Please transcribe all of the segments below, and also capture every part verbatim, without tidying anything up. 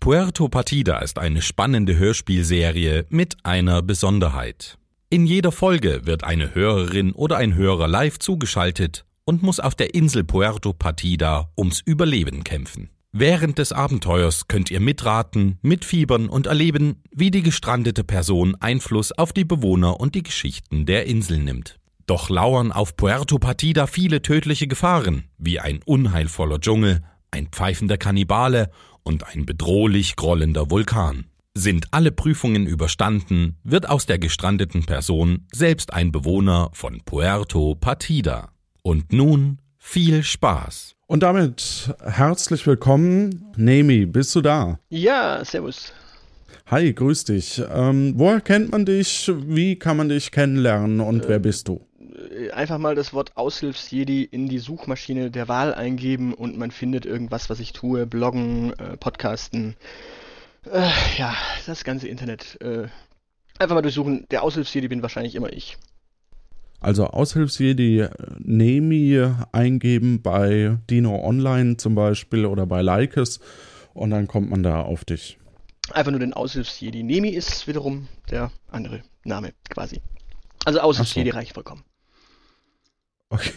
Puerto Partida ist eine spannende Hörspielserie mit einer Besonderheit. In jeder Folge wird eine Hörerin oder ein Hörer live zugeschaltet und muss auf der Insel Puerto Partida ums Überleben kämpfen. Während des Abenteuers könnt ihr mitraten, mitfiebern und erleben, wie die gestrandete Person Einfluss auf die Bewohner und die Geschichten der Insel nimmt. Doch lauern auf Puerto Partida viele tödliche Gefahren, wie ein unheilvoller Dschungel, ein pfeifender Kannibale und ein bedrohlich grollender Vulkan. Sind alle Prüfungen überstanden, wird aus der gestrandeten Person selbst ein Bewohner von Puerto Partida. Und nun viel Spaß. Und damit herzlich willkommen. Nemi, bist du da? Ja, servus. Hi, grüß dich. Ähm, woher kennt man dich? Wie kann man dich kennenlernen und äh, wer bist du? Einfach mal das Wort Aushilfsjedi in die Suchmaschine der Wahl eingeben und man findet irgendwas, was ich tue. Bloggen, äh, Podcasten, äh, ja, das ganze Internet. Äh, einfach mal durchsuchen. Der Aushilfsjedi bin wahrscheinlich immer ich. Also Aushilfsjedi Nemi eingeben bei Dino Online zum Beispiel oder bei Likes und dann kommt man da auf dich. Einfach nur den Aushilfsjedi. Nemi ist wiederum der andere Name quasi. Also Aushilfsjedi reicht vollkommen. Okay.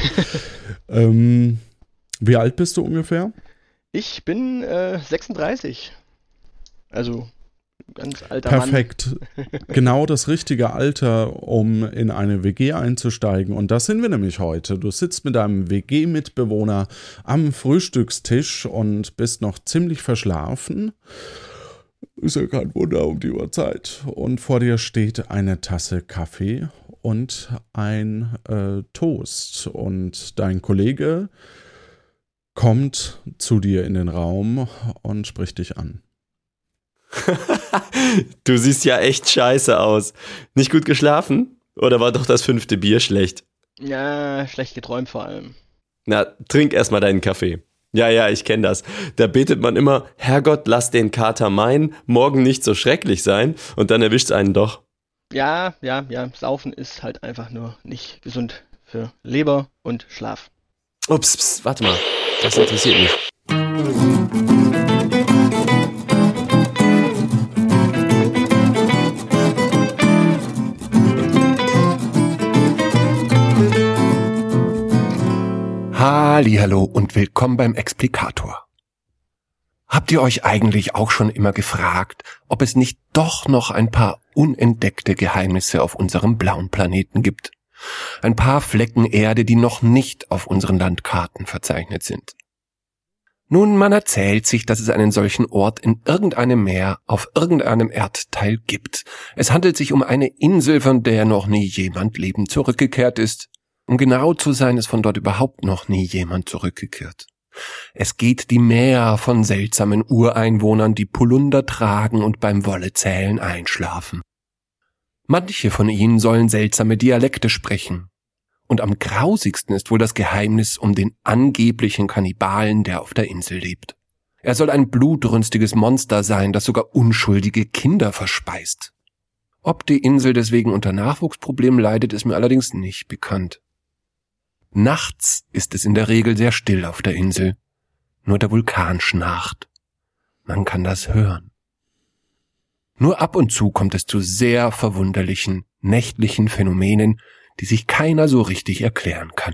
ähm, wie alt bist du ungefähr? Ich bin äh, sechsunddreißig. Also ganz alter Perfekt. Mann. Genau das richtige Alter, um in eine W G einzusteigen. Und das sind wir nämlich heute. Du sitzt mit deinem W G-Mitbewohner am Frühstückstisch und bist noch ziemlich verschlafen. Ist ja kein Wunder um die Uhrzeit. Und vor dir steht eine Tasse Kaffee und ein äh, Toast. Und dein Kollege kommt zu dir in den Raum und spricht dich an. Du siehst ja echt scheiße aus. Nicht gut geschlafen? Oder war doch das fünfte Bier schlecht? Ja, schlecht geträumt vor allem. Na, trink erstmal deinen Kaffee. Ja, ja, ich kenne das. Da betet man immer, Herrgott, lass den Kater meinen, morgen nicht so schrecklich sein, und dann erwischt's einen doch. Ja, ja, ja, Saufen ist halt einfach nur nicht gesund für Leber und Schlaf. Ups, pst, warte mal, das interessiert mich. Hallihallo und willkommen beim Explikator. Habt ihr euch eigentlich auch schon immer gefragt, ob es nicht doch noch ein paar unentdeckte Geheimnisse auf unserem blauen Planeten gibt? Ein paar Flecken Erde, die noch nicht auf unseren Landkarten verzeichnet sind. Nun, man erzählt sich, dass es einen solchen Ort in irgendeinem Meer auf irgendeinem Erdteil gibt. Es handelt sich um eine Insel, von der noch nie jemand lebend zurückgekehrt ist. Um genau zu sein, ist von dort überhaupt noch nie jemand zurückgekehrt. Es geht die Mär von seltsamen Ureinwohnern, die Polunder tragen und beim Wollezählen einschlafen. Manche von ihnen sollen seltsame Dialekte sprechen. Und am grausigsten ist wohl das Geheimnis um den angeblichen Kannibalen, der auf der Insel lebt. Er soll ein blutrünstiges Monster sein, das sogar unschuldige Kinder verspeist. Ob die Insel deswegen unter Nachwuchsproblemen leidet, ist mir allerdings nicht bekannt. Nachts ist es in der Regel sehr still auf der Insel. Nur der Vulkan schnarcht. Man kann das hören. Nur ab und zu kommt es zu sehr verwunderlichen, nächtlichen Phänomenen, die sich keiner so richtig erklären kann.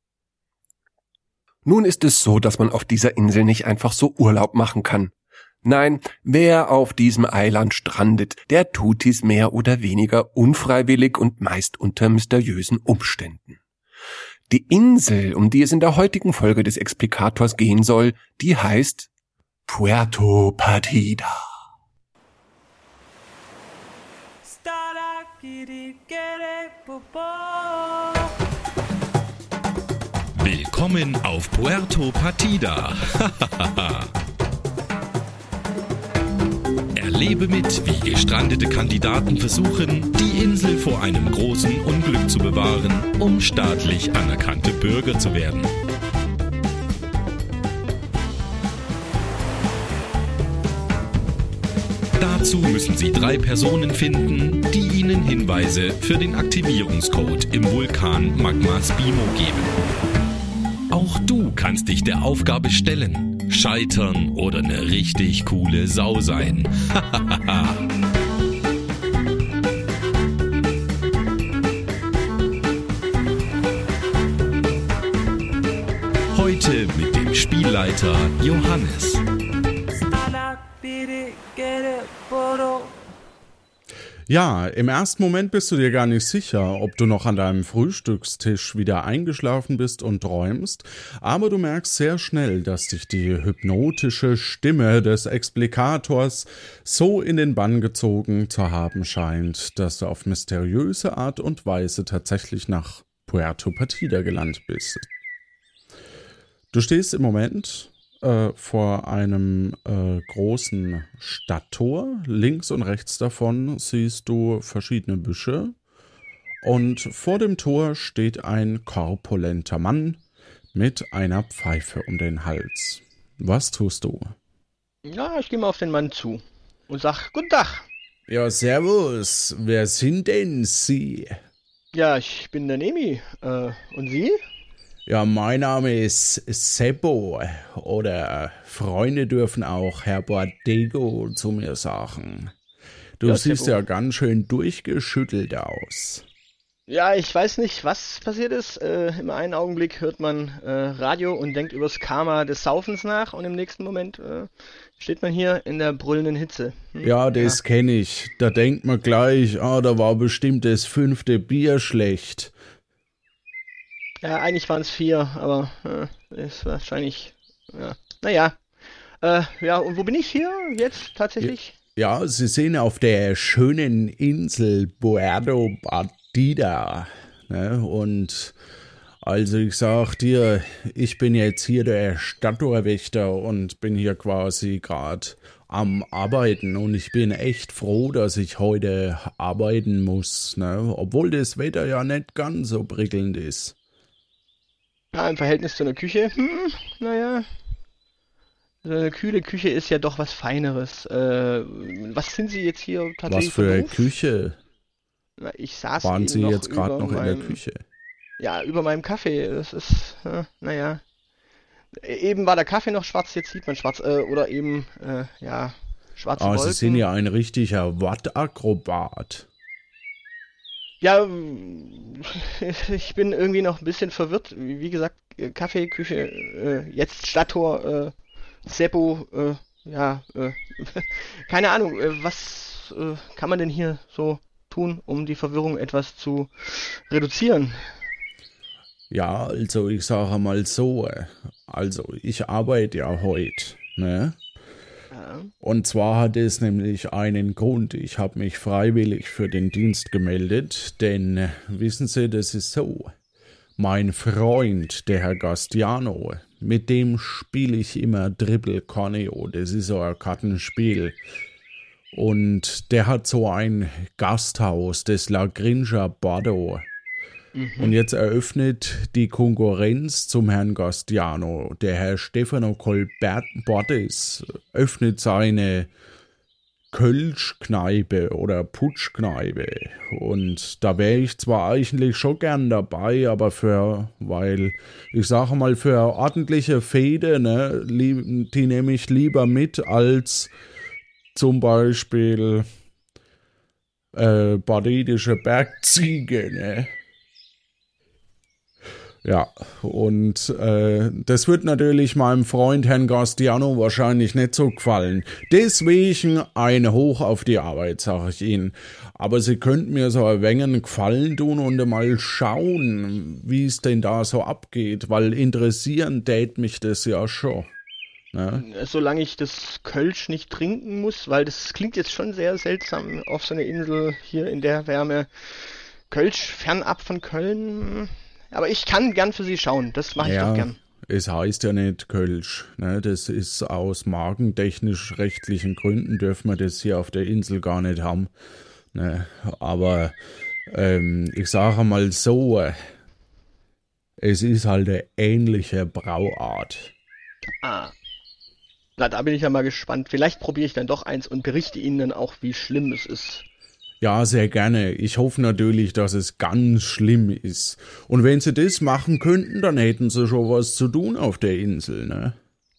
Nun ist es so, dass man auf dieser Insel nicht einfach so Urlaub machen kann. Nein, wer auf diesem Eiland strandet, der tut dies mehr oder weniger unfreiwillig und meist unter mysteriösen Umständen. Die Insel, um die es in der heutigen Folge des Explikators gehen soll, die heißt Puerto Partida. Willkommen auf Puerto Partida. Erlebe mit, wie gestrandete Kandidaten versuchen, die Insel vor einem großen Unglück zu bewahren, um staatlich anerkannte Bürger zu werden. Dazu müssen Sie drei Personen finden, die Ihnen Hinweise für den Aktivierungscode im Vulkan Magma Spimo geben. Auch du kannst dich der Aufgabe stellen. Scheitern oder eine richtig coole Sau sein. Heute mit dem Spielleiter Johannes. Ja, im ersten Moment bist du dir gar nicht sicher, ob du noch an deinem Frühstückstisch wieder eingeschlafen bist und träumst, aber du merkst sehr schnell, dass dich die hypnotische Stimme des Explikators so in den Bann gezogen zu haben scheint, dass du auf mysteriöse Art und Weise tatsächlich nach Puerto Partida gelandet bist. Du stehst im Moment äh, vor einem äh, großen Stadttor. Links und rechts davon siehst du verschiedene Büsche. Und vor dem Tor steht ein korpulenter Mann mit einer Pfeife um den Hals. Was tust du? Ja, ich gehe mal auf den Mann zu und sag, guten Tag. Ja, servus. Wer sind denn Sie? Ja, ich bin der Nemi. Äh, und Sie? Ja, mein Name ist Seppo, oder Freunde dürfen auch Herr Bordego zu mir sagen. Du Ja, siehst Seppo. ja ganz schön durchgeschüttelt aus. Ja, ich weiß nicht, was passiert ist. Äh, im einen Augenblick hört man äh, Radio und denkt übers Karma des Saufens nach und im nächsten Moment äh, steht man hier in der brüllenden Hitze. Hm? Ja, das kenne ich. Da denkt man gleich, ah, da war bestimmt das fünfte Bier schlecht. Ja, eigentlich waren es vier, aber äh, ist wahrscheinlich, ja, naja. Äh, ja, und wo bin ich hier jetzt tatsächlich? Ja, Sie sind auf der schönen Insel Puerto Partida, ne? Und also ich sag dir, ich bin jetzt hier der Stadttorwächter und bin hier quasi gerade am Arbeiten und ich bin echt froh, dass ich heute arbeiten muss, ne? Obwohl das Wetter ja nicht ganz so prickelnd ist. Ja, im Verhältnis zu einer Küche, hm, naja. So eine kühle Küche ist ja doch was Feineres. Äh, was sind Sie jetzt hier Was tatsächlich für eine Beruf? Küche? Na, ich saß Waren eben Sie noch jetzt gerade über noch in der meinem- Küche? Ja, über meinem Kaffee. Das ist, äh, naja. Eben war der Kaffee noch schwarz, jetzt sieht man schwarz. Äh, oder eben, äh, ja, schwarze Ah, Wolken. Sie sind ja ein richtiger Wattakrobat. Ja, ich bin irgendwie noch ein bisschen verwirrt. Wie wie gesagt, äh, Kaffee, Küche, äh, jetzt Stadttor, äh, Seppo, äh, ja, äh, keine Ahnung, äh, was äh, kann man denn hier so tun, um die Verwirrung etwas zu reduzieren? Ja, also ich sage mal so, also ich arbeite ja heute, ne? Ja. Und zwar hat es nämlich einen Grund. Ich habe mich freiwillig für den Dienst gemeldet, denn äh, wissen Sie, das ist so. Mein Freund, der Herr Gastiano, mit dem spiele ich immer Triple Corneo. Das ist so ein Kartenspiel. Und der hat so ein Gasthaus, das La Grinja Bardo. Und jetzt eröffnet die Konkurrenz zum Herrn Gastiano. Der Herr Stefano Colbertis öffnet seine Kölschkneipe oder Putschkneipe. Und da wäre ich zwar eigentlich schon gern dabei, aber für, weil, ich sage mal, für ordentliche Fäde, ne, lieb, die nehme ich lieber mit als zum Beispiel äh, badidische Bergziege, ne? Ja, und äh, das wird natürlich meinem Freund Herrn Gastiano wahrscheinlich nicht so gefallen. Deswegen ein Hoch auf die Arbeit, sage ich Ihnen. Aber Sie könnten mir so ein wenig einen Gefallen tun und mal schauen, wie es denn da so abgeht, weil interessieren tät mich das ja schon. Ne? Solange ich das Kölsch nicht trinken muss, weil das klingt jetzt schon sehr seltsam auf so einer Insel hier in der Wärme. Kölsch fernab von Köln. Aber ich kann gern für Sie schauen, das mache ich Ja, doch gern. es heißt ja nicht Kölsch. Ne? Das ist aus markentechnisch-rechtlichen Gründen dürfen wir das hier auf der Insel gar nicht haben. Ne? Aber ähm, ich sage mal so, es ist halt eine ähnliche Brauart. Ah. Na, da bin ich ja mal gespannt. Vielleicht probiere ich dann doch eins und berichte Ihnen dann auch, wie schlimm es ist. Ja, sehr gerne. Ich hoffe natürlich, dass es ganz schlimm ist. Und wenn Sie das machen könnten, dann hätten Sie schon was zu tun auf der Insel, ne?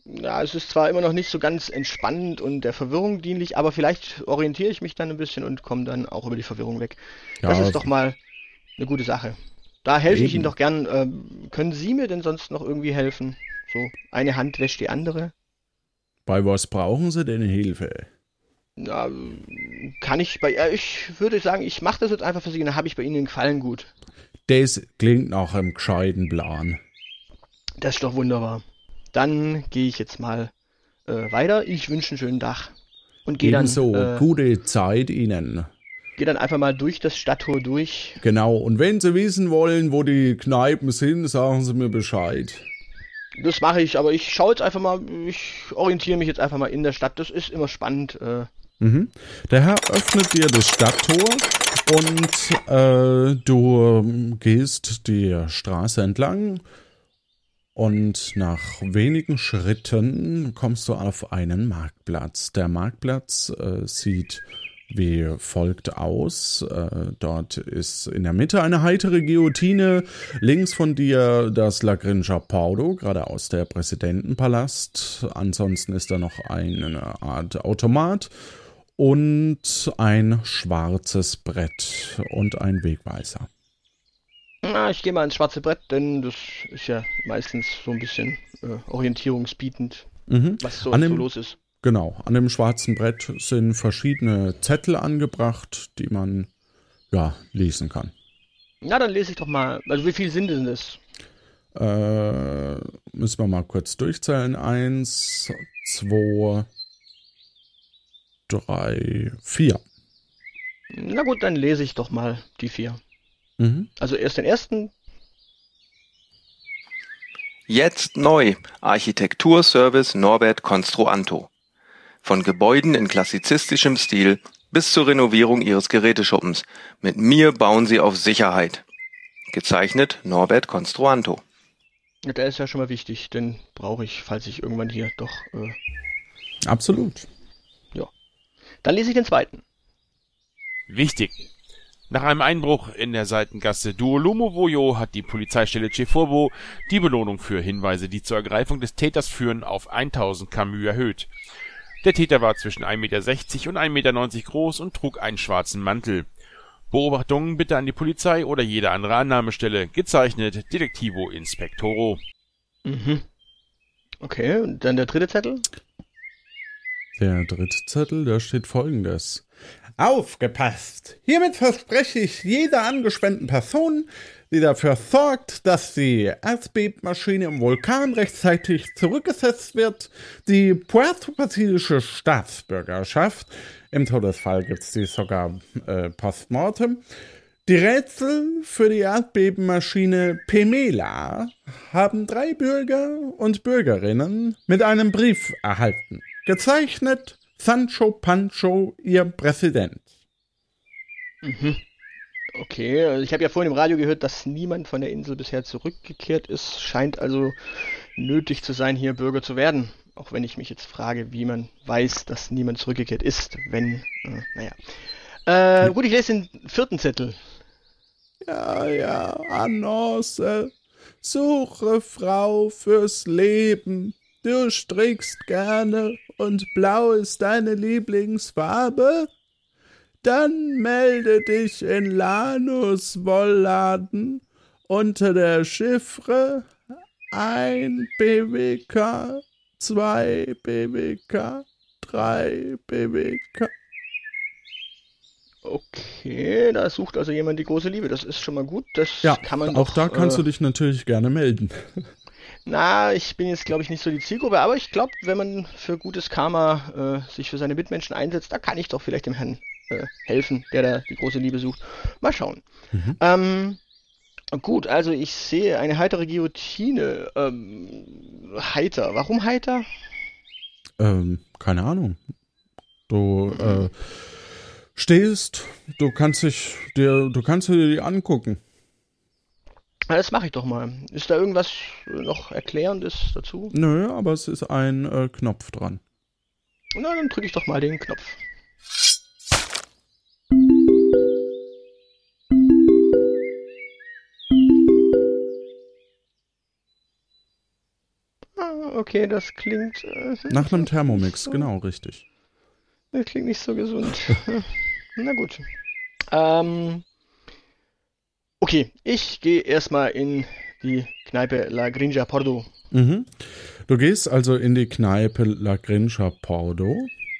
Ja, es ist zwar immer noch nicht so ganz entspannend und der Verwirrung dienlich, aber vielleicht orientiere ich mich dann ein bisschen und komme dann auch über die Verwirrung weg. Das Ja, ist doch mal eine gute Sache. Da helfe ich Ihnen eben. doch gern. Ähm, können Sie mir denn sonst noch irgendwie helfen? So, eine Hand wäscht die andere. Bei was brauchen Sie denn Hilfe? Ja, kann ich bei. Ja, ich würde sagen, ich mache das jetzt einfach für Sie und dann habe ich bei Ihnen den Gefallen gut. Das klingt nach einem gescheiten Plan. Das ist doch wunderbar. Dann gehe ich jetzt mal äh, weiter. Ich wünsche einen schönen Tag. Und gehe dann, Ebenso, äh, gute Zeit Ihnen. geh dann einfach mal durch das Stadttor durch. Genau, und wenn Sie wissen wollen, wo die Kneipen sind, sagen Sie mir Bescheid. Das mache ich, aber ich schaue jetzt einfach mal, ich orientiere mich jetzt einfach mal in der Stadt. Das ist immer spannend. Äh, Mhm. Der Herr öffnet dir das Stadttor und äh, du gehst die Straße entlang und nach wenigen Schritten kommst du auf einen Marktplatz. Der Marktplatz äh, sieht wie folgt aus. Äh, dort ist in der Mitte eine heitere Guillotine, links von dir das La Grinja Porto, geradeaus der Präsidentenpalast. Ansonsten ist da noch eine Art Automat und ein schwarzes Brett und ein Wegweiser. na, ich gehe mal ins schwarze Brett, denn das ist ja meistens so ein bisschen äh, orientierungsbietend, Mhm. was so, An so dem- los ist. Genau, an dem schwarzen Brett sind verschiedene Zettel angebracht, die man ja lesen kann. Na, dann lese ich doch mal. Also wie viel sind denn das? Äh, müssen wir mal kurz durchzählen. Eins, zwei, drei, vier. Na gut, dann lese ich doch mal die vier. Mhm. Also erst den ersten. Jetzt neu. Architekturservice Norbert Construanto. Von Gebäuden in klassizistischem Stil bis zur Renovierung Ihres Geräteschuppens. Mit mir bauen Sie auf Sicherheit. Gezeichnet Norbert Construanto. Ja, der ist ja schon mal wichtig, den brauche ich, falls ich irgendwann hier doch. Äh, Absolut. Dann lese ich den zweiten. Wichtig. Nach einem Einbruch in der Seitengasse Duolomo-Vojo hat die Polizeistelle Ceforbo die Belohnung für Hinweise, die zur Ergreifung des Täters führen, auf tausend Camus erhöht. Der Täter war zwischen ein Meter sechzig und ein Meter neunzig groß und trug einen schwarzen Mantel. Beobachtungen bitte an die Polizei oder jede andere Annahmestelle. Gezeichnet Detektivo Inspectoro. Mhm. Okay, und dann der dritte Zettel. Der dritte Zettel, da steht folgendes. Aufgepasst! Hiermit verspreche ich jeder angespannten Person, die dafür sorgt, dass die Erdbebmaschine im Vulkan rechtzeitig zurückgesetzt wird, die puerto-pazifische Staatsbürgerschaft, im Todesfall gibt es die sogar äh, postmortem, die Rätsel für die Erdbebenmaschine Pemela haben drei Bürger und Bürgerinnen mit einem Brief erhalten. Gezeichnet Sancho Pancho, ihr Präsident. Mhm. Okay, also ich habe ja vorhin im Radio gehört, dass niemand von der Insel bisher zurückgekehrt ist. Scheint also nötig zu sein, hier Bürger zu werden. Auch wenn ich mich jetzt frage, wie man weiß, dass niemand zurückgekehrt ist, wenn, äh, naja. Äh, gut, ich lese den vierten Zettel. Ja, ja, Annonce. Suche Frau fürs Leben. Du strickst gerne und blau ist deine Lieblingsfarbe? Dann melde dich in Lanus Wollladen unter der Chiffre ein B W K, zwei B W K, drei B W K. Okay, da sucht also jemand die große Liebe. Das ist schon mal gut. Das Ja, kann man auch doch, da kannst äh, du dich natürlich gerne melden. Na, ich bin jetzt, glaube ich, nicht so die Zielgruppe, aber ich glaube, wenn man für gutes Karma äh, sich für seine Mitmenschen einsetzt, da kann ich doch vielleicht dem Herrn äh, helfen, der da die große Liebe sucht. Mal schauen. Mhm. Ähm, gut, also ich sehe eine heitere Guillotine. Ähm, heiter. Warum heiter? Ähm, keine Ahnung. Du äh, stehst, du kannst dich dir, du kannst dir die angucken. Na, das mache ich doch mal. Ist da irgendwas noch Erklärendes dazu? Nö, aber es ist ein äh, Knopf dran. Na, dann drücke ich doch mal den Knopf. Ah, okay, das klingt... Äh, Nach einem Thermomix, so, genau, richtig. Das klingt nicht so gesund. Na gut. Ähm, okay, ich gehe erstmal in die Kneipe La Grinja Pordo. Mhm. Du gehst also in die Kneipe La Grinja Pordo.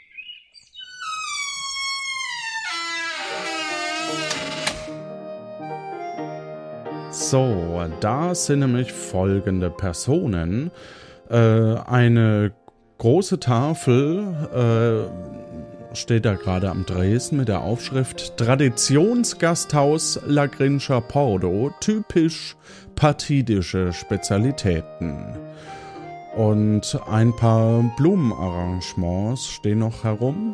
So, da sind nämlich folgende Personen. Äh, eine große Tafel äh, steht da gerade am Dresen mit der Aufschrift Traditionsgasthaus La Grinja Pordo, typisch partidische Spezialitäten. Und ein paar Blumenarrangements stehen noch herum.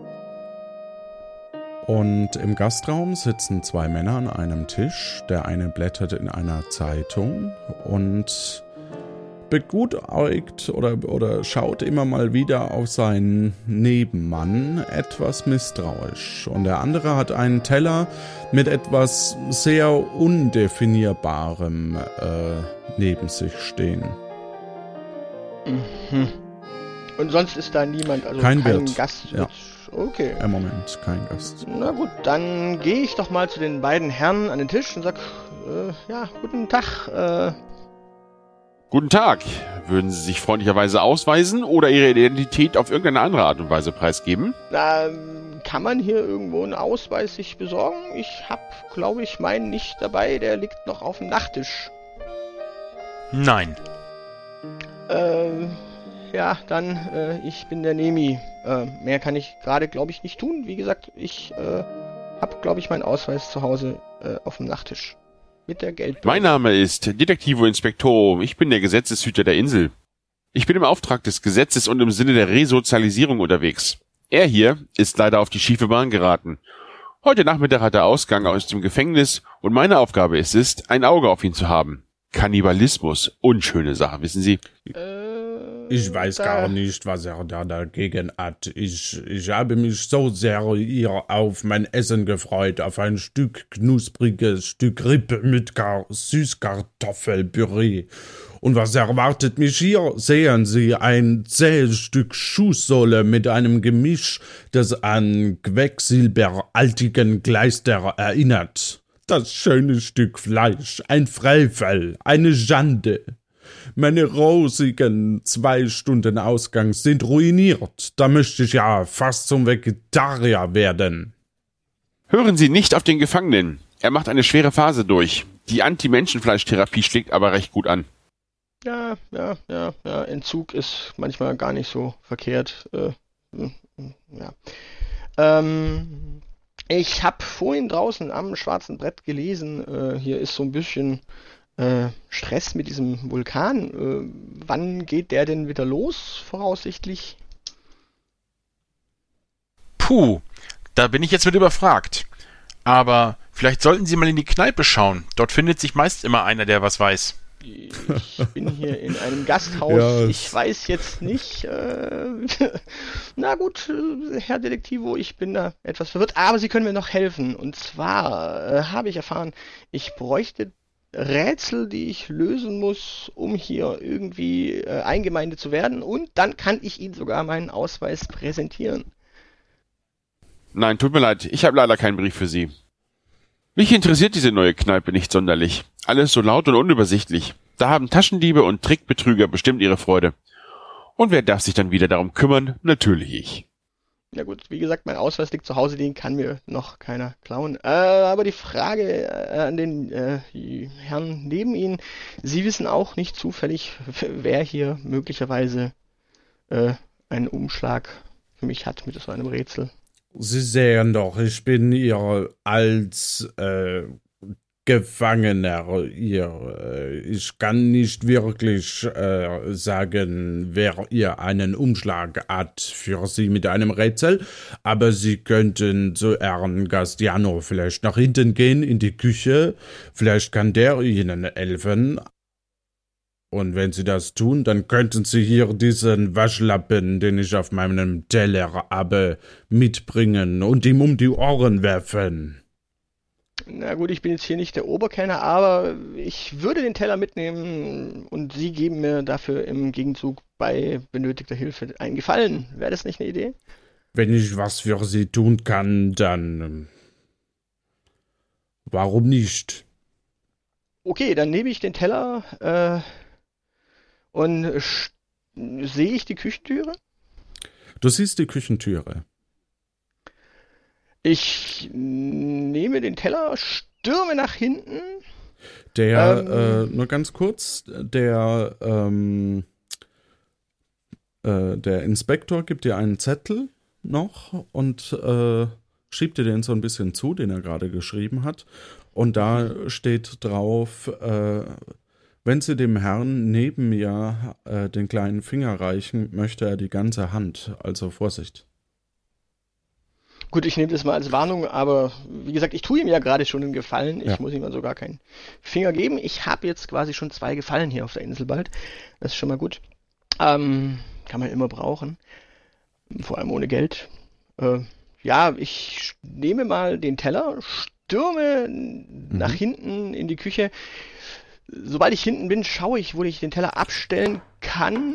Und im Gastraum sitzen zwei Männer an einem Tisch. Der eine blättert in einer Zeitung und begutachtet oder, oder schaut immer mal wieder auf seinen Nebenmann etwas misstrauisch. Und der andere hat einen Teller mit etwas sehr Undefinierbarem äh, neben sich stehen. Mhm. Und sonst ist da niemand, also kein, kein Wirt. Gast. Ja. Okay. Im Moment kein Gast. Na gut, dann gehe ich doch mal zu den beiden Herren an den Tisch und sag, äh, ja, guten Tag. Äh. Guten Tag. Würden Sie sich freundlicherweise ausweisen oder Ihre Identität auf irgendeine andere Art und Weise preisgeben? Na, kann man hier irgendwo einen Ausweis sich besorgen? Ich hab, glaube ich, meinen nicht dabei. Der liegt noch auf dem Nachttisch. Nein. Äh... Ja, dann, äh, ich bin der Nemi. Äh, mehr kann ich gerade, glaube ich, nicht tun. Wie gesagt, ich äh, habe, glaube ich, meinen Ausweis zu Hause äh, auf dem Nachttisch. Mit der Geldbörse. Mein Name ist Detektivo Inspector. Ich bin der Gesetzeshüter der Insel. Ich bin im Auftrag des Gesetzes und im Sinne der Resozialisierung unterwegs. Er hier ist leider auf die schiefe Bahn geraten. Heute Nachmittag hat er Ausgang aus dem Gefängnis und meine Aufgabe ist es, ein Auge auf ihn zu haben. Kannibalismus, unschöne Sache, wissen Sie? Äh, Ich weiß gar nicht, was er da dagegen hat. Ich, ich habe mich so sehr hier auf mein Essen gefreut, auf ein Stück knuspriges Stück Rippe mit Kar- Süßkartoffelpüree. Und was erwartet mich hier? Sehen Sie, ein zähes Stück Schuhsohle mit einem Gemisch, das an quecksilberhaltigen Kleister erinnert. Das schöne Stück Fleisch, ein Frevel, eine Schande. Meine rosigen zwei Stunden Ausgang sind ruiniert. Da möchte ich ja fast zum Vegetarier werden. Hören Sie nicht auf den Gefangenen. Er macht eine schwere Phase durch. Die Anti-Menschenfleisch-Therapie schlägt aber recht gut an. Ja, ja, ja, ja. Entzug ist manchmal gar nicht so verkehrt. Äh, ja. Ähm, ich habe vorhin draußen am schwarzen Brett gelesen, äh, hier ist so ein bisschen äh, Stress mit diesem Vulkan. Äh, wann geht der denn wieder los, voraussichtlich? Puh, da bin ich jetzt mit überfragt. Aber vielleicht sollten Sie mal in die Kneipe schauen. Dort findet sich meist immer einer, der was weiß. Ich bin hier in einem Gasthaus. Ja, ich weiß jetzt nicht. Äh, na gut, Herr Detektivo, ich bin da etwas verwirrt. Aber Sie können mir noch helfen. Und zwar äh, habe ich erfahren, ich bräuchte Rätsel, die ich lösen muss, um hier irgendwie äh, eingemeindet zu werden. Und dann kann ich Ihnen sogar meinen Ausweis präsentieren. Nein, tut mir leid, ich habe leider keinen Brief für Sie. Mich interessiert diese neue Kneipe nicht sonderlich. Alles so laut und unübersichtlich. Da haben Taschendiebe und Trickbetrüger bestimmt ihre Freude. Und wer darf sich dann wieder darum kümmern? Natürlich ich. Ja gut, wie gesagt, mein Ausweis liegt zu Hause, den kann mir noch keiner klauen. Äh, aber die Frage äh, an den äh, Herrn neben Ihnen, Sie wissen auch nicht zufällig, wer hier möglicherweise äh, einen Umschlag für mich hat mit so einem Rätsel. Sie sehen doch, ich bin Ihr als äh, Gefangener hier. Äh, ich kann nicht wirklich äh, sagen, wer ihr einen Umschlag hat für Sie mit einem Rätsel, aber Sie könnten zu Herrn Gastiano vielleicht nach hinten gehen in die Küche, vielleicht kann der Ihnen helfen. Und wenn Sie das tun, dann könnten Sie hier diesen Waschlappen, den ich auf meinem Teller habe, mitbringen und ihm um die Ohren werfen. Na gut, ich bin jetzt hier nicht der Oberkellner, aber ich würde den Teller mitnehmen und Sie geben mir dafür im Gegenzug bei benötigter Hilfe einen Gefallen. Wäre das nicht eine Idee? Wenn ich was für Sie tun kann, dann ähm, warum nicht? Okay, dann nehme ich den Teller äh, und sch- sehe ich die Küchentüre? Du siehst die Küchentüre. Ich nehme den Teller, stürme nach hinten. Der, Ähm. äh, nur ganz kurz, der, ähm, äh, der Inspektor gibt dir einen Zettel noch und äh, schiebt dir den so ein bisschen zu, den er gerade geschrieben hat. Und da steht drauf, äh, wenn Sie dem Herrn neben mir äh, den kleinen Finger reichen, möchte er die ganze Hand. Also Vorsicht. Gut, ich nehme das mal als Warnung, aber wie gesagt, ich tue ihm ja gerade schon einen Gefallen. Ich Ja. muss ihm also gar keinen Finger geben. Ich habe jetzt quasi schon zwei Gefallen hier auf der Insel bald. Das ist schon mal gut. Ähm, kann man immer brauchen. Vor allem ohne Geld. Äh, ja, ich nehme mal den Teller, stürme nach hinten in die Küche. Sobald ich hinten bin, schaue ich, wo ich den Teller abstellen kann.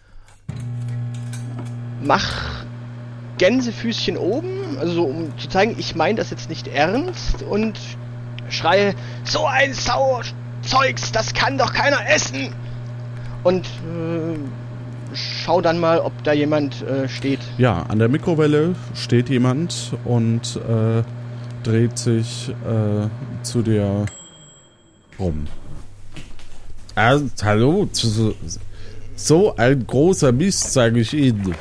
Mach Gänsefüßchen oben, also so, um zu zeigen, ich meine das jetzt nicht ernst, und schreie, so ein Sauerzeugs, das kann doch keiner essen! Und äh, schau dann mal, ob da jemand äh, steht. Ja, an der Mikrowelle steht jemand und äh, dreht sich äh, zu dir rum. Ah, hallo, so, so ein großer Mist, sage ich Ihnen.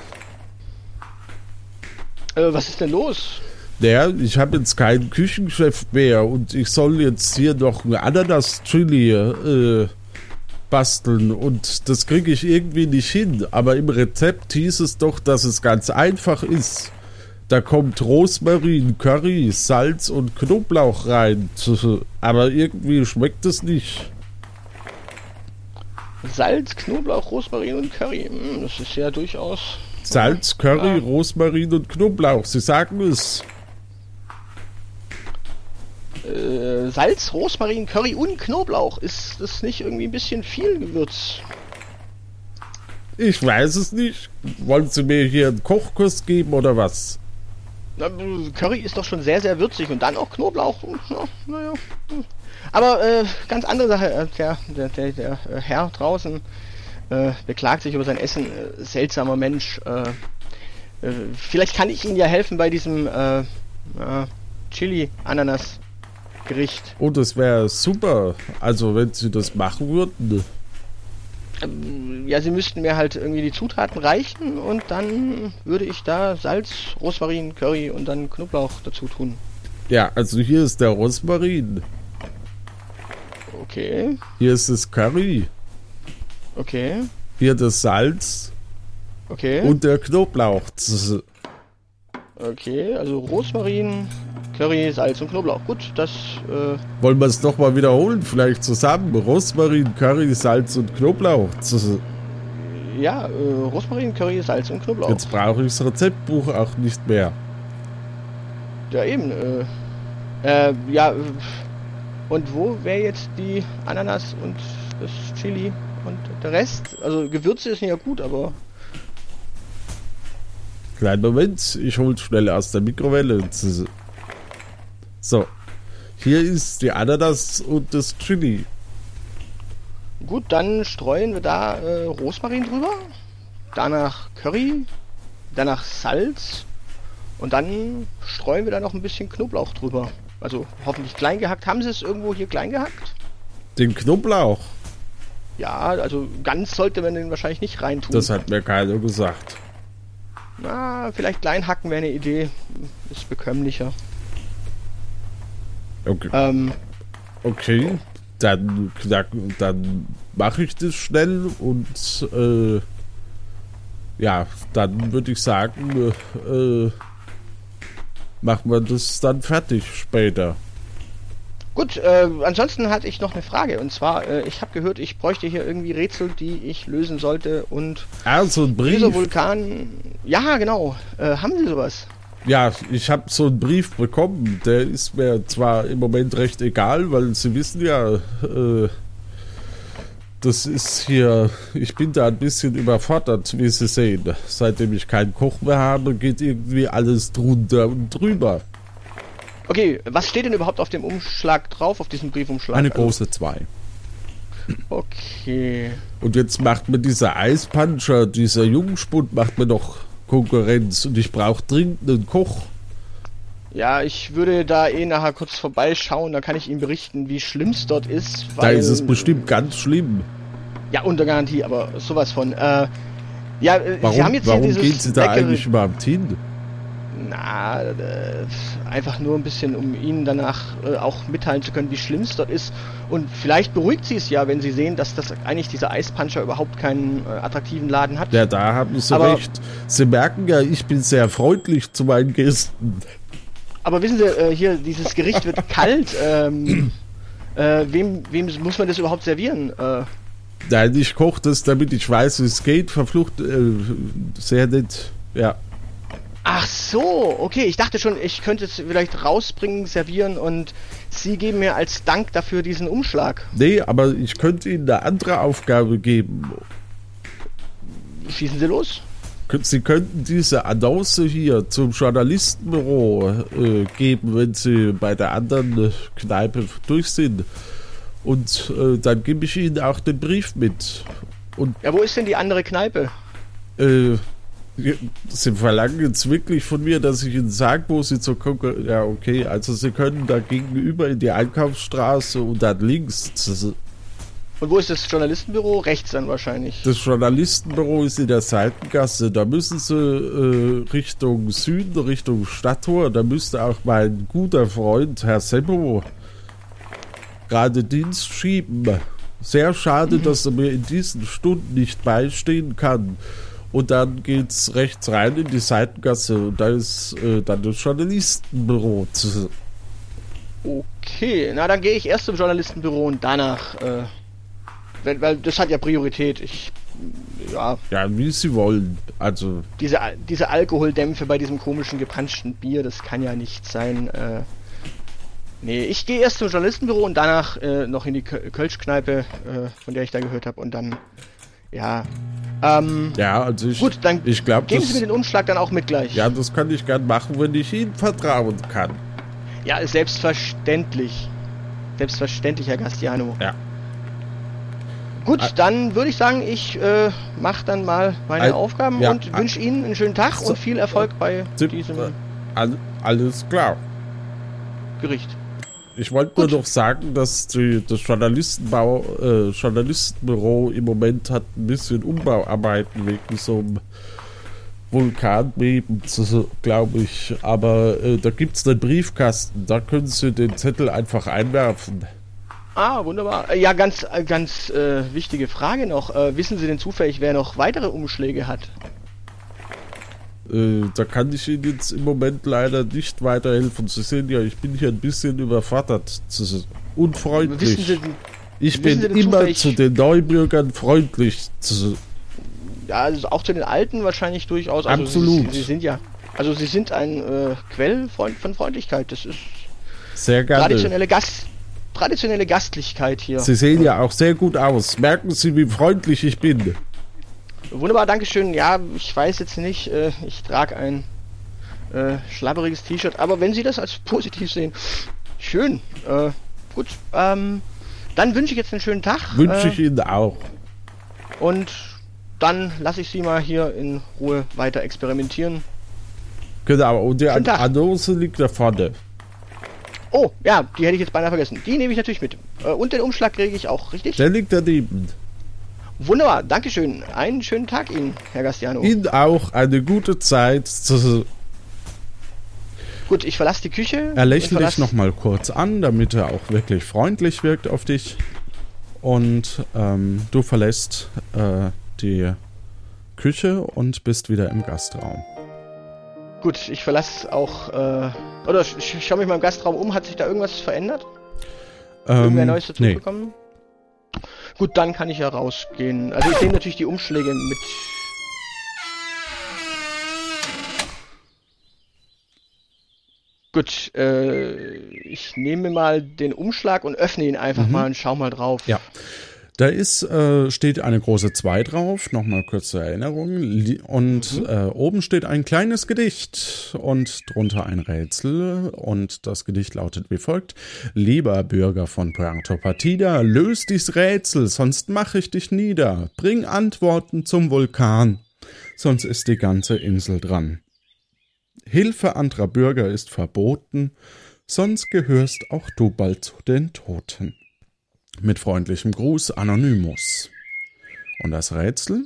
Äh, was ist denn los? Ja, ich habe jetzt keinen Küchenchef mehr und ich soll jetzt hier noch ein Ananas-Chili äh, basteln und das kriege ich irgendwie nicht hin. Aber im Rezept hieß es doch, dass es ganz einfach ist. Da kommt Rosmarin, Curry, Salz und Knoblauch rein. Aber irgendwie schmeckt es nicht. Salz, Knoblauch, Rosmarin und Curry. Hm, das ist ja durchaus... Salz, Curry, Ja. Rosmarin und Knoblauch. Sie sagen es. Äh, Salz, Rosmarin, Curry und Knoblauch. Ist das nicht irgendwie ein bisschen viel Gewürz? Ich weiß es nicht. Wollen Sie mir hier einen Kochkurs geben oder was? Na, Curry ist doch schon sehr, sehr würzig und dann auch Knoblauch. Ja, naja. Aber äh, ganz andere Sache. Äh, Der, der, der, der äh, Herr draußen äh, beklagt sich über sein Essen. Äh, seltsamer Mensch. Äh, äh, vielleicht kann ich Ihnen ja helfen bei diesem äh, äh, Chili-Ananas-Gericht. Oh, das wäre super. Also, wenn Sie das machen würden. Ähm, ja, Sie müssten mir halt irgendwie die Zutaten reichen und dann würde ich da Salz, Rosmarin, Curry und dann Knoblauch dazu tun. Ja, also hier ist der Rosmarin. Okay, Hier ist das Curry. okay, Hier das Salz okay. und der Knoblauch. Z- Okay, also Rosmarin, Curry, Salz und Knoblauch. Gut, das, äh, Wollen wir es nochmal wiederholen? Vielleicht zusammen. Rosmarin, Curry, Salz und Knoblauch. Z- ja, äh, Rosmarin, Curry, Salz und Knoblauch. Jetzt brauche ich das Rezeptbuch auch nicht mehr. Ja, eben, äh, äh, ja, äh, und wo wäre jetzt die Ananas und das Chili und der Rest? Also Gewürze ist ja gut, aber... Kleinen Moment, ich hole schnell aus der Mikrowelle. Z- So, hier ist die Ananas und das Chili. Gut, dann streuen wir da äh, Rosmarin drüber, danach Curry, danach Salz und dann streuen wir da noch ein bisschen Knoblauch drüber. Also hoffentlich klein gehackt. Haben Sie es irgendwo hier klein gehackt? Den Knoblauch, Ja, also ganz sollte man den wahrscheinlich nicht reintun. das hat mir keiner gesagt. Na, vielleicht klein hacken wäre eine Idee. Ist bekömmlicher. Okay, Ähm, okay. Dann, dann, dann mache ich das schnell und äh, ja, dann würde ich sagen, äh, äh, machen wir das dann fertig später. gut, äh, ansonsten hatte ich noch eine Frage. Und zwar, äh, ich habe gehört, ich bräuchte hier irgendwie Rätsel, die ich lösen sollte. Und Ah, so ein Brief. dieser Vulkan... Ja, genau. Äh, haben Sie sowas? Ja, ich habe so einen Brief bekommen. Der ist mir zwar im Moment recht egal, weil Sie wissen ja, äh, das ist hier, ich bin da ein bisschen überfordert, wie Sie sehen. Seitdem ich keinen Koch mehr habe, geht irgendwie alles drunter und drüber. Okay, was steht denn überhaupt auf dem Umschlag drauf, auf diesem Briefumschlag? Eine große zwei. Okay. Und jetzt macht mir dieser Eispancher, dieser Jungspund, macht mir noch Konkurrenz und ich brauche dringend einen Koch. Ja, ich würde da eh nachher kurz vorbeischauen, da kann ich Ihnen berichten, wie schlimm es dort ist. Da Weil, ist es bestimmt ganz schlimm. Ja, unter Garantie, aber sowas von. Äh, ja, warum, Sie haben jetzt warum hier dieses gehen Sie da leckere, eigentlich überhaupt hin? Na, äh, einfach nur ein bisschen, um Ihnen danach äh, auch mitteilen zu können, wie schlimm es dort ist. Und vielleicht beruhigt Sie es ja, wenn Sie sehen, dass das eigentlich dieser Eispancher überhaupt keinen äh, attraktiven Laden hat. Ja, da haben Sie aber, recht. Sie merken ja, ich bin sehr freundlich zu meinen Gästen. Aber wissen Sie, äh, hier, dieses Gericht wird kalt. Ähm, äh, wem, wem muss man das überhaupt servieren? Äh, Nein, ich koche das, damit ich weiß, wie es geht. Verflucht, äh, sehr nett, ja. Ach so, okay. Ich dachte schon, ich könnte es vielleicht rausbringen, servieren und Sie geben mir als Dank dafür diesen Umschlag. Nee, aber ich könnte Ihnen eine andere Aufgabe geben. Schießen Sie los. Sie könnten diese Annonce hier zum Journalistenbüro äh, geben, wenn Sie bei der anderen äh, Kneipe durch sind. Und äh, dann gebe ich Ihnen auch den Brief mit. Und ja, wo ist denn die andere Kneipe? Äh, Sie verlangen jetzt wirklich von mir, dass ich Ihnen sage, wo Sie zur Konkurrenz... Ja, okay, also Sie können da gegenüber in die Einkaufsstraße und dann links. Und wo ist das Journalistenbüro? Rechts dann wahrscheinlich. Das Journalistenbüro ist in der Seitengasse. Da müssen Sie äh, Richtung Süden, Richtung Stadttor. Da müsste auch mein guter Freund, Herr Seppo, gerade Dienst schieben. Sehr schade, mhm. dass er mir in diesen Stunden nicht beistehen kann. Und dann geht's rechts rein in die Seitengasse und da ist äh, dann das Journalistenbüro. Okay, na dann gehe ich erst zum Journalistenbüro und danach, äh, weil, weil das hat ja Priorität. Ich, ja. Ja, wie Sie wollen. Also diese diese Alkoholdämpfe bei diesem komischen gepanschten Bier, das kann ja nicht sein. Äh, nee, ich gehe erst zum Journalistenbüro und danach äh, noch in die Kölschkneipe, äh, von der ich da gehört habe und dann, ja. Ähm, ja, also ich, gut, dann ich glaub, geben das, Sie mir den Umschlag dann auch mit gleich. Ja, das kann ich gern machen, wenn ich Ihnen vertrauen kann. Ja, selbstverständlich. Selbstverständlich, Herr Gastiano. Ja. Gut, ah. dann würde ich sagen, ich äh, mache dann mal meine Al Aufgaben ja, und wünsche Ihnen einen schönen Tag so, und viel Erfolg bei so, diesem all, alles klar. Gericht. Ich wollte nur noch sagen, dass die, das Journalistenbau, äh, Journalistenbüro im Moment hat ein bisschen Umbauarbeiten wegen so einem Vulkanbeben, glaube ich. Aber äh, da gibt es einen Briefkasten, da können Sie den Zettel einfach einwerfen. Ah, wunderbar. Ja, ganz, ganz äh, wichtige Frage noch. Äh, wissen Sie denn zufällig, wer noch weitere Umschläge hat? Äh, da kann ich Ihnen jetzt im Moment leider nicht weiterhelfen. Sie sehen ja, ich bin hier ein bisschen überfordert. Unfreundlich. Wissen Sie denn, ich wissen bin Sie immer zufällig, zu den Neubürgern freundlich. Ja, also auch zu den Alten wahrscheinlich durchaus. Also Absolut. Sie, Sie sind ja, also Sie sind ein äh, Quell von, von Freundlichkeit. Das ist sehr gerne. Traditionelle, Gast, traditionelle Gastlichkeit hier. Sie sehen ja auch sehr gut aus. Merken Sie, wie freundlich ich bin. Wunderbar, Dankeschön. Ja, ich weiß jetzt nicht, äh, ich trage ein äh, schlabberiges T-Shirt, aber wenn Sie das als positiv sehen, schön. Äh, gut, ähm, dann wünsche ich jetzt einen schönen Tag. Wünsche äh, ich Ihnen auch. Und dann lasse ich Sie mal hier in Ruhe weiter experimentieren. Genau, und die Annonce liegt da vorne. Oh, ja, die hätte ich jetzt beinahe vergessen. Die nehme ich natürlich mit. Äh, und den Umschlag kriege ich auch, richtig? Der liegt daneben. Wunderbar, Dankeschön. Einen schönen Tag Ihnen, Herr Gastiano. Ihnen auch eine gute Zeit. Gut, ich verlasse die Küche. Er lächelt dich nochmal kurz an, damit er auch wirklich freundlich wirkt auf dich. Und ähm, du verlässt äh, die Küche und bist wieder im Gastraum. Gut, ich verlasse auch, äh, oder ich schaue mich mal im Gastraum um. Hat sich da irgendwas verändert? Ähm, Irgendwer Neues dazu nee. bekommen? Gut, dann kann ich ja rausgehen. Also ich nehme natürlich die Umschläge mit. Gut, äh, ich nehme mal den Umschlag und öffne ihn einfach mhm. mal und schau mal drauf. Ja. Da ist, äh, steht eine große zwei drauf, nochmal kurz zur Erinnerung, und mhm. äh, oben steht ein kleines Gedicht und drunter ein Rätsel, und das Gedicht lautet wie folgt: Lieber Bürger von Puerto Partida, löst dies Rätsel, sonst mache ich dich nieder, bring Antworten zum Vulkan, sonst ist die ganze Insel dran. Hilfe anderer Bürger ist verboten, sonst gehörst auch du bald zu den Toten. Mit freundlichem Gruß, Anonymous. Und das Rätsel?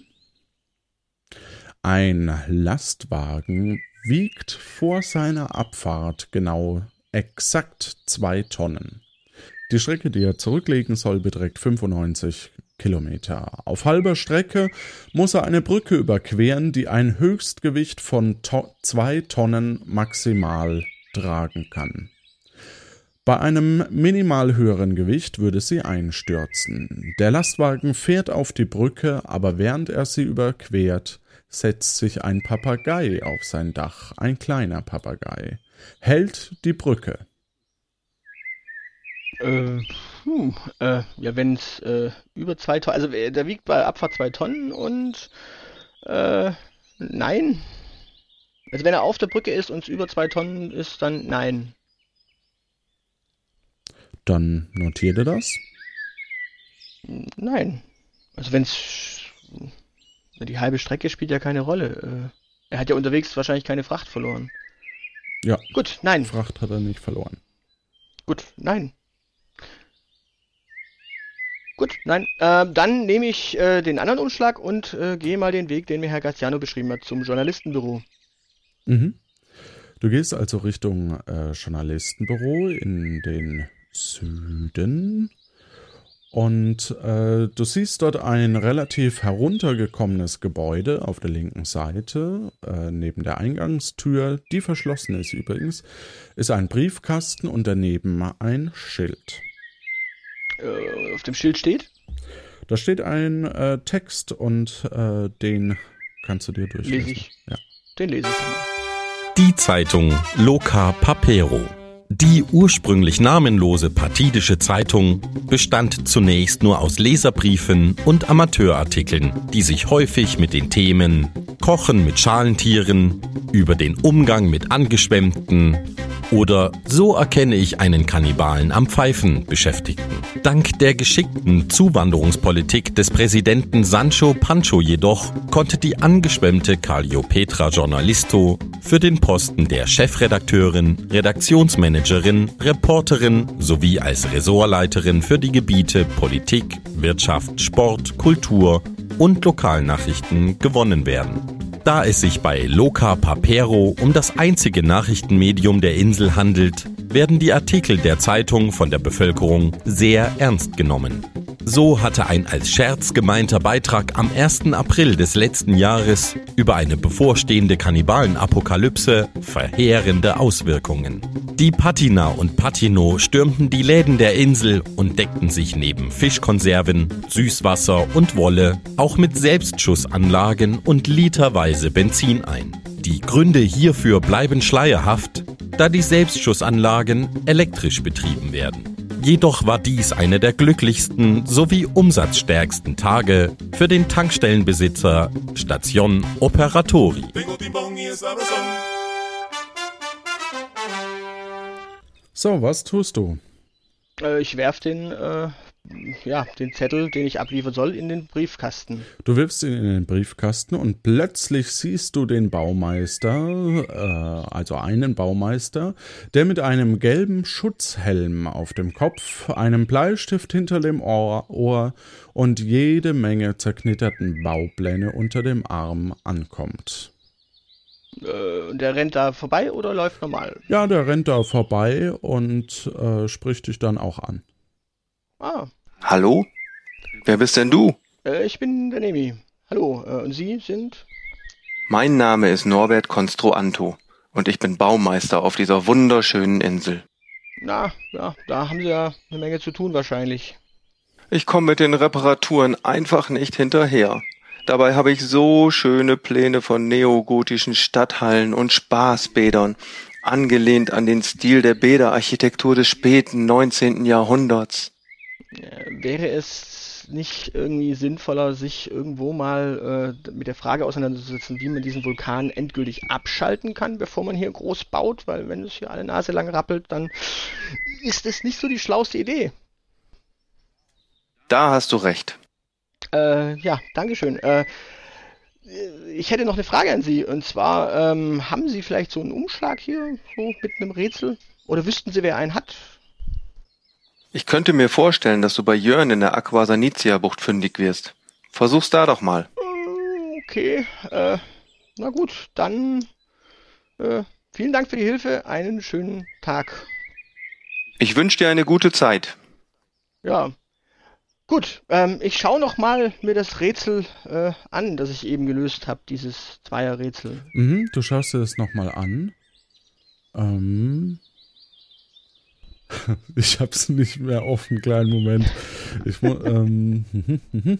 Ein Lastwagen wiegt vor seiner Abfahrt genau exakt zwei Tonnen. Die Strecke, die er zurücklegen soll, beträgt fünfundneunzig Kilometer. Auf halber Strecke muss er eine Brücke überqueren, die ein Höchstgewicht von to- zwei Tonnen maximal tragen kann. Bei einem minimal höheren Gewicht würde sie einstürzen. Der Lastwagen fährt auf die Brücke, aber während er sie überquert, setzt sich ein Papagei auf sein Dach, ein kleiner Papagei, hält die Brücke. Äh, hm, äh, ja, wenn es äh, über zwei Tonnen, also äh, der wiegt bei Abfahrt zwei Tonnen und äh, nein. Also wenn er auf der Brücke ist und es über zwei Tonnen ist, dann nein. Dann notiert ihr das? Nein. Also wenn es die halbe Strecke spielt ja keine Rolle. Er hat ja unterwegs wahrscheinlich keine Fracht verloren. Ja. Gut, nein. Fracht hat er nicht verloren. Gut, nein. Gut, nein. Äh, dann nehme ich äh, den anderen Umschlag und äh, gehe mal den Weg, den mir Herr Graziano beschrieben hat, zum Journalistenbüro. Mhm. Du gehst also Richtung äh, Journalistenbüro in den Süden und äh, du siehst dort ein relativ heruntergekommenes Gebäude auf der linken Seite, äh, neben der Eingangstür, die verschlossen ist übrigens, ist ein Briefkasten und daneben ein Schild. Äh, auf dem Schild steht? Da steht ein äh, Text und äh, den kannst du dir durchlesen. Lese ich. Ja. Den lese ich mal. Die Zeitung Loka Papero. Die ursprünglich namenlose partidische Zeitung bestand zunächst nur aus Leserbriefen und Amateurartikeln, die sich häufig mit den Themen Kochen mit Schalentieren, über den Umgang mit Angeschwemmten oder So erkenne ich einen Kannibalen am Pfeifen beschäftigten. Dank der geschickten Zuwanderungspolitik des Präsidenten Sancho Pancho jedoch konnte die angeschwemmte Calliopetra Journalisto für den Posten der Chefredakteurin, Redaktionsmanagerin, Reporterin sowie als Ressortleiterin für die Gebiete Politik, Wirtschaft, Sport, Kultur und Lokalnachrichten gewonnen werden. Da es sich bei Loka Papero um das einzige Nachrichtenmedium der Insel handelt, werden die Artikel der Zeitung von der Bevölkerung sehr ernst genommen. So hatte ein als Scherz gemeinter Beitrag am ersten April des letzten Jahres über eine bevorstehende Kannibalenapokalypse verheerende Auswirkungen. Die Patina und Patino stürmten die Läden der Insel und deckten sich neben Fischkonserven, Süßwasser und Wolle auch mit Selbstschussanlagen und literweise Benzin ein. Die Gründe hierfür bleiben schleierhaft, da die Selbstschussanlagen elektrisch betrieben werden. Jedoch war dies einer der glücklichsten sowie umsatzstärksten Tage für den Tankstellenbesitzer Station Operatori. So, was tust du? Äh, ich werf den, äh, ja, den Zettel, den ich abliefern soll, in den Briefkasten. Du wirfst ihn in den Briefkasten und plötzlich siehst du den Baumeister, äh, also einen Baumeister, der mit einem gelben Schutzhelm auf dem Kopf, einem Bleistift hinter dem Ohr, Ohr und jede Menge zerknitterten Baupläne unter dem Arm ankommt. Äh, der rennt da vorbei oder läuft normal? Ja, der rennt da vorbei und äh, spricht dich dann auch an. Ah. Hallo? Wer bist denn du? Äh, ich bin der Nemi. Hallo, äh, und Sie sind? Mein Name ist Norbert Construanto und ich bin Baumeister auf dieser wunderschönen Insel. Na, ja, da haben Sie ja eine Menge zu tun wahrscheinlich. Ich komme mit den Reparaturen einfach nicht hinterher. Dabei habe ich so schöne Pläne von neogotischen Stadthallen und Spaßbädern, angelehnt an den Stil der Bäderarchitektur des späten neunzehnten Jahrhunderts. Äh, wäre es es nicht irgendwie sinnvoller, sich irgendwo mal äh, mit der Frage auseinanderzusetzen, wie man diesen Vulkan endgültig abschalten kann, bevor man hier groß baut? Weil wenn es hier alle Nase lang rappelt, dann ist es nicht so die schlauste Idee. Da hast du recht. Äh, ja, Dankeschön. Äh, ich hätte noch eine Frage an Sie. Und zwar, ähm, haben Sie vielleicht so einen Umschlag hier, so mit einem Rätsel? Oder wüssten Sie, wer einen hat? Ich könnte mir vorstellen, dass du bei Jörn in der Aquasanitia-Bucht fündig wirst. Versuch's da doch mal. Okay, äh, na gut, dann äh, vielen Dank für die Hilfe. Einen schönen Tag. Ich wünsche dir eine gute Zeit. Ja. Gut, ähm, ich schaue noch mal mir das Rätsel äh, an, das ich eben gelöst habe, dieses Zweierrätsel. Mhm, du schaust dir das nochmal an. Ähm, ich hab's nicht mehr offen, kleinen Moment. Ich mu- ähm, mhm, mhm.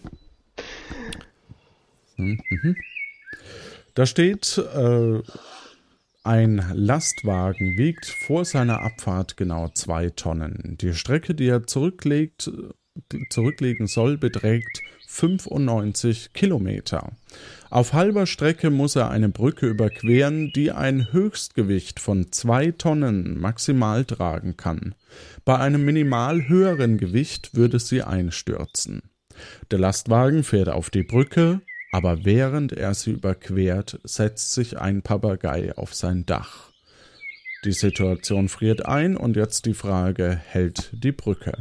Mhm, mhm. Da steht, äh, ein Lastwagen wiegt vor seiner Abfahrt genau zwei Tonnen. Die Strecke, die er zurücklegt, zurücklegen soll, beträgt fünfundneunzig Kilometer. Auf halber Strecke muss er eine Brücke überqueren, die ein Höchstgewicht von zwei Tonnen maximal tragen kann. Bei einem minimal höheren Gewicht würde sie einstürzen. Der Lastwagen fährt auf die Brücke, aber während er sie überquert, setzt sich ein Papagei auf sein Dach. Die Situation friert ein und jetzt die Frage, hält die Brücke?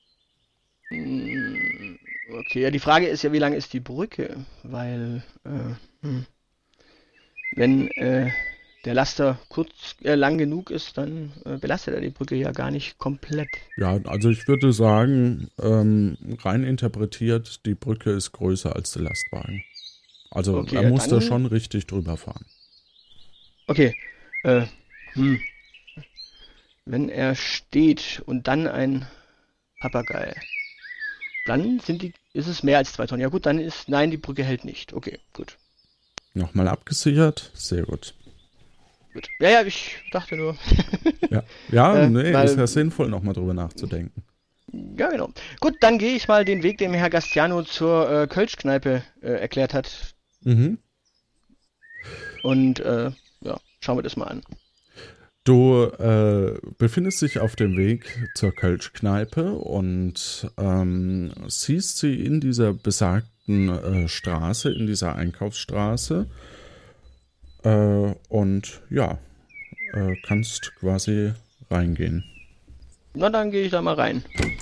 Okay, ja, die Frage ist ja, wie lang ist die Brücke? Weil, äh, hm. wenn äh, der Laster kurz äh, lang genug ist, dann äh, belastet er die Brücke ja gar nicht komplett. Ja, also ich würde sagen, ähm, rein interpretiert, die Brücke ist größer als der Lastwagen. Also okay, er ja, muss dann, da schon richtig drüber fahren. Okay, äh, hm. Wenn er steht und dann ein Papagei, dann sind die, ist es mehr als zwei Tonnen. Ja gut, dann ist, nein, die Brücke hält nicht. Okay, gut. Nochmal abgesichert, sehr gut. Gut. Ja, ja, ich dachte nur. Ja, ja Äh, nee, weil- ist ja sinnvoll, nochmal drüber nachzudenken. Ja, genau. Gut, dann gehe ich mal den Weg, den mir Herr Gastiano zur äh, Kölschkneipe äh, erklärt hat. Mhm. Und äh, ja, schauen wir das mal an. Du äh, befindest dich auf dem Weg zur Kölschkneipe und ähm, siehst sie in dieser besagten äh, Straße, in dieser Einkaufsstraße äh, und ja, äh, kannst quasi reingehen. Na, dann gehe ich da mal rein.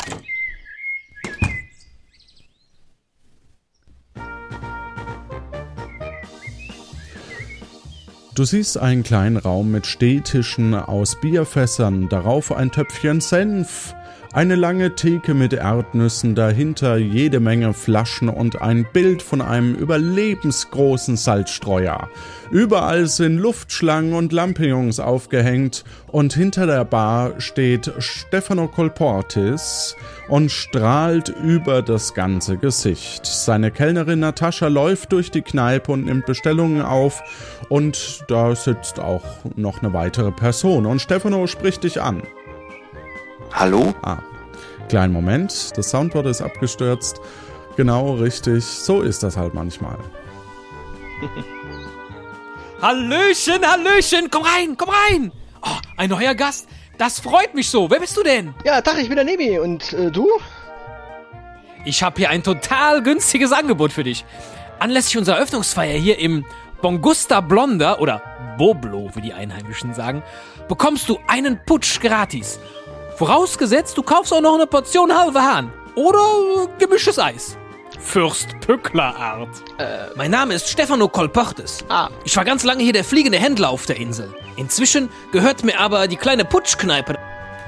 Du siehst einen kleinen Raum mit Stehtischen aus Bierfässern, darauf ein Töpfchen Senf, eine lange Theke mit Erdnüssen, dahinter jede Menge Flaschen und ein Bild von einem überlebensgroßen Salzstreuer. Überall sind Luftschlangen und Lampions aufgehängt und hinter der Bar steht Stefano Colportis und strahlt über das ganze Gesicht. Seine Kellnerin Natascha läuft durch die Kneipe und nimmt Bestellungen auf und da sitzt auch noch eine weitere Person und Stefano spricht dich an. Hallo? Ah, kleinen Moment, das Soundboard ist abgestürzt. Genau, richtig, so ist das halt manchmal. Hallöchen, Hallöchen, komm rein, komm rein. Oh, ein neuer Gast, das freut mich so. Wer bist du denn? Ja, Tag, ich bin der Nemi. Und äh, du? Ich habe hier ein total günstiges Angebot für dich. Anlässlich unserer Eröffnungsfeier hier im Bongusta Blonda oder Boblo, wie die Einheimischen sagen, bekommst du einen Putsch gratis. Vorausgesetzt, du kaufst auch noch eine Portion halbe Hahn oder äh, gemischtes Eis. Fürst Pückler-Art. Äh, mein Name ist Stefano Colportis. Ah. Ich war ganz lange hier der fliegende Händler auf der Insel. Inzwischen gehört mir aber die kleine Putschkneipe.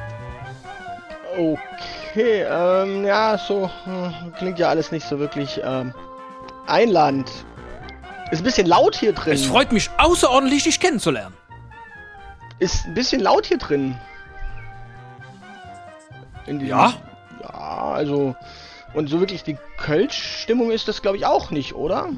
Okay, ähm, ja, so hm, klingt ja alles nicht so wirklich ähm, einladend. Ist ein bisschen laut hier drin. Es freut mich außerordentlich, dich kennenzulernen. Ist ein bisschen laut hier drin. In diesem- Ja? Ja, also. Und so wirklich die Kölsch-Stimmung ist das, glaube ich, auch nicht, oder?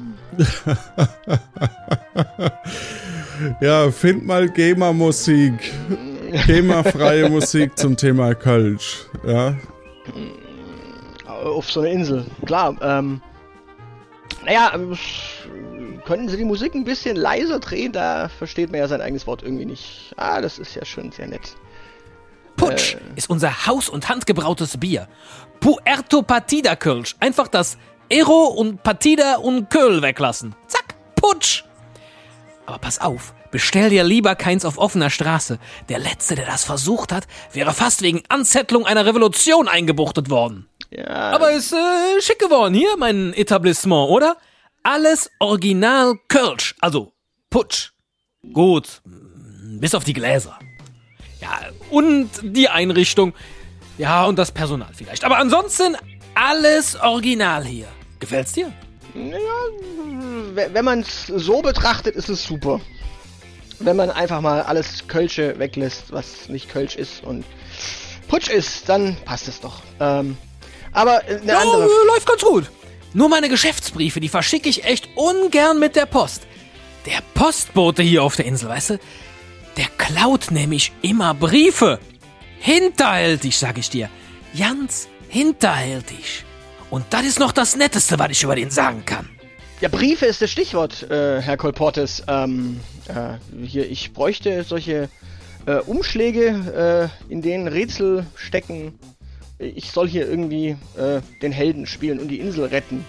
Ja, find mal GEMA-Musik. GEMA-freie Musik zum Thema Kölsch. Ja. auf so einer Insel, klar. Ähm, naja, könnten Sie die Musik ein bisschen leiser drehen? Da versteht man ja sein eigenes Wort irgendwie nicht. Ah, das ist ja schon sehr nett. Putsch äh, ist unser haus- und handgebrautes Bier. Puerto Partida Kölsch. Einfach das Ero und Partida und Köl weglassen. Zack, Putsch. Aber pass auf, bestell dir lieber keins auf offener Straße. Der Letzte, der das versucht hat, wäre fast wegen Anzettlung einer Revolution eingebuchtet worden. ja, Aber ist äh, schick geworden hier, mein Etablissement, oder? Alles original Kölsch, also Putsch. Gut, bis auf die Gläser. Ja, und die Einrichtung. Ja, und das Personal vielleicht. Aber ansonsten alles original hier. Gefällt's dir? naja, wenn man es so betrachtet, ist es super. Wenn man einfach mal alles Kölsche weglässt, was nicht Kölsch ist und Putsch ist, dann passt es doch. Ähm, aber eine Ja, andere... äh, läuft ganz gut. Nur meine Geschäftsbriefe, die verschicke ich echt ungern mit der Post. Der Postbote hier auf der Insel, weißt du, der klaut nämlich immer Briefe. Hinterhältig, sag ich dir. Ganz hinterhältig. Und das ist noch das Netteste, was ich über den sagen kann. Ja, Briefe ist das Stichwort, äh, Herr Kolportes. Ähm, äh, hier, ich bräuchte solche äh, Umschläge, äh, in denen Rätsel stecken. Ich soll hier irgendwie äh, den Helden spielen und die Insel retten.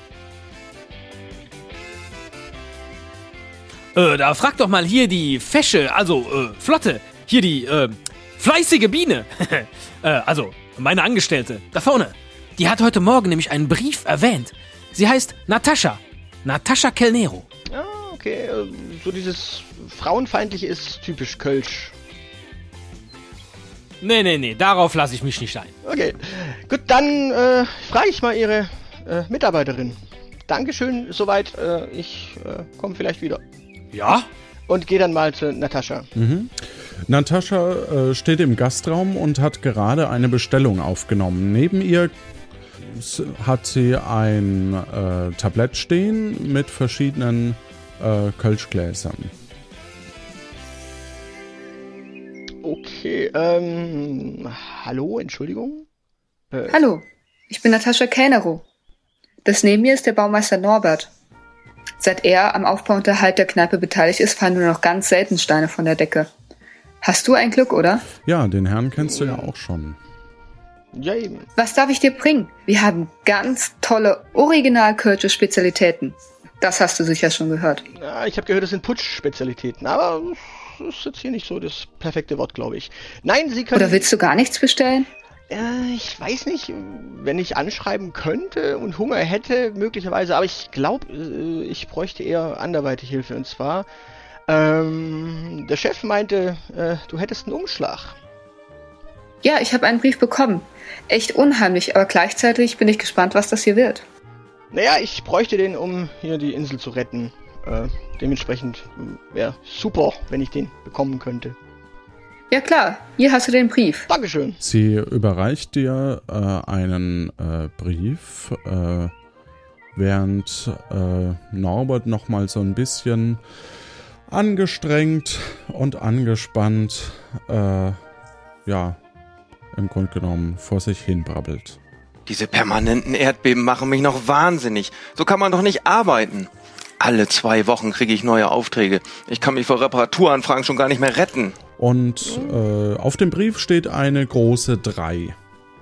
Äh, da frag doch mal hier die Fesche, also, äh, Flotte. Hier die, äh, fleißige Biene. äh, also, meine Angestellte. Da vorne. Die hat heute Morgen nämlich einen Brief erwähnt. Sie heißt Natascha. Natascha Kelnero. Ja, okay. äh, So dieses Frauenfeindliche ist typisch Kölsch. Nee, nee, nee, darauf lasse ich mich nicht ein. Okay. Gut, dann äh, frage ich mal Ihre äh, Mitarbeiterin. Dankeschön, soweit. Äh, ich äh, komme vielleicht wieder. Ja? Und gehe dann mal zu Natascha. Mhm. Natascha äh, steht im Gastraum und hat gerade eine Bestellung aufgenommen. Neben ihr s- hat sie ein äh, Tablett stehen mit verschiedenen äh, Kölschgläsern. Okay, ähm, hallo, Entschuldigung? Äh, Hallo, ich bin Natascha Kellnero. Das neben mir ist der Baumeister Norbert. Seit er am Aufbau und Erhalt der Kneipe beteiligt ist, fallen nur noch ganz selten Steine von der Decke. Hast du ein Glück, oder? Ja, den Herrn kennst du ja auch schon. Ja, eben. Was darf ich dir bringen? Wir haben ganz tolle original-kölsche Spezialitäten. Das hast du sicher schon gehört. Ja, ich habe gehört, das sind Putsch-Spezialitäten, aber das ist jetzt hier nicht so das perfekte Wort, glaube ich. Nein, Sie können... Oder willst du gar nichts bestellen? Äh, ich weiß nicht, wenn ich anschreiben könnte und Hunger hätte, möglicherweise, aber ich glaube, äh, ich bräuchte eher anderweitig Hilfe. Und zwar, ähm, der Chef meinte, äh, du hättest einen Umschlag. Ja, ich habe einen Brief bekommen. Echt unheimlich, aber gleichzeitig bin ich gespannt, was das hier wird. Naja, ich bräuchte den, um hier die Insel zu retten. Äh, dementsprechend wäre super, wenn ich den bekommen könnte. Ja klar, hier hast du den Brief. Dankeschön. Sie überreicht dir äh, einen äh, Brief, äh, während äh, Norbert nochmal so ein bisschen angestrengt und angespannt, äh, ja, im Grunde genommen vor sich hin brabbelt. Diese permanenten Erdbeben machen mich noch wahnsinnig. So kann man doch nicht arbeiten. Alle zwei Wochen kriege ich neue Aufträge. Ich kann mich vor Reparaturanfragen schon gar nicht mehr retten. Und äh, auf dem Brief steht eine große drei.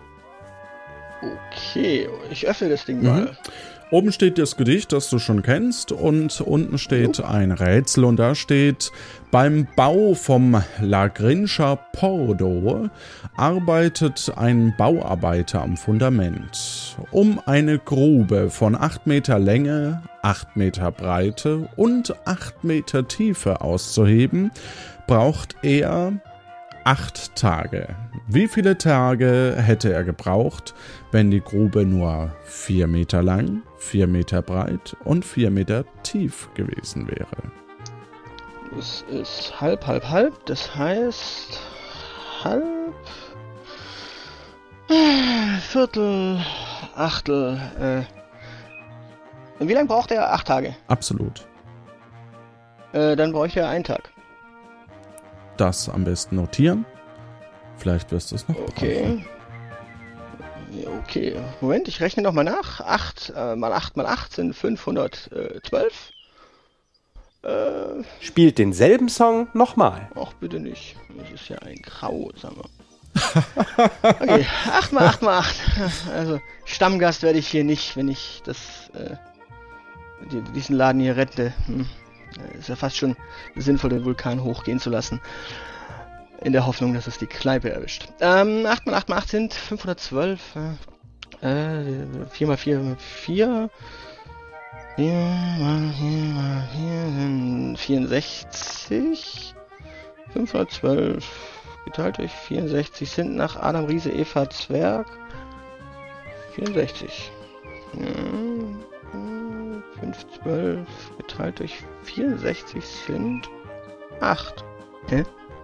Okay, ich öffne das Ding Mhm. mal. Oben steht das Gedicht, das du schon kennst, und unten steht ein Rätsel und da steht: Beim Bau vom Lagrinscher Pordo arbeitet ein Bauarbeiter am Fundament. Um eine Grube von acht Meter Länge, acht Meter Breite und acht Meter Tiefe auszuheben, braucht er acht Tage. Wie viele Tage hätte er gebraucht, wenn die Grube nur vier Meter lang, vier Meter breit und vier Meter tief gewesen wäre? Es ist halb, halb, halb. Das heißt halb, äh, Viertel, Achtel. Äh. Und wie lange braucht er? Acht Tage. Absolut. Äh, dann bräuchte er einen Tag. Das am besten notieren. Vielleicht wirst du es noch brauchen. Okay. Jo. Okay, Moment, ich rechne nochmal nach. acht äh, mal acht mal acht sind fünfhundertzwölf. Äh, Spielt denselben Song nochmal. Ach, bitte nicht. Das ist ja ein Grausamer. Okay, acht mal acht mal acht. Also, Stammgast werde ich hier nicht, wenn ich das, äh, die, diesen Laden hier rette. Hm. Ist ja fast schon sinnvoll, den Vulkan hochgehen zu lassen. In der Hoffnung, dass es die Kneipe erwischt. Ähm, acht mal acht mal acht sind fünfhundertzwölf. Äh, vier mal vier mal vier. vier mal vier mal vier sind vierundsechzig. fünfhundertzwölf geteilt durch vierundsechzig sind nach Adam Riese Eva Zwerg vierundsechzig. fünf, zwölf geteilt durch vierundsechzig sind acht. Hä?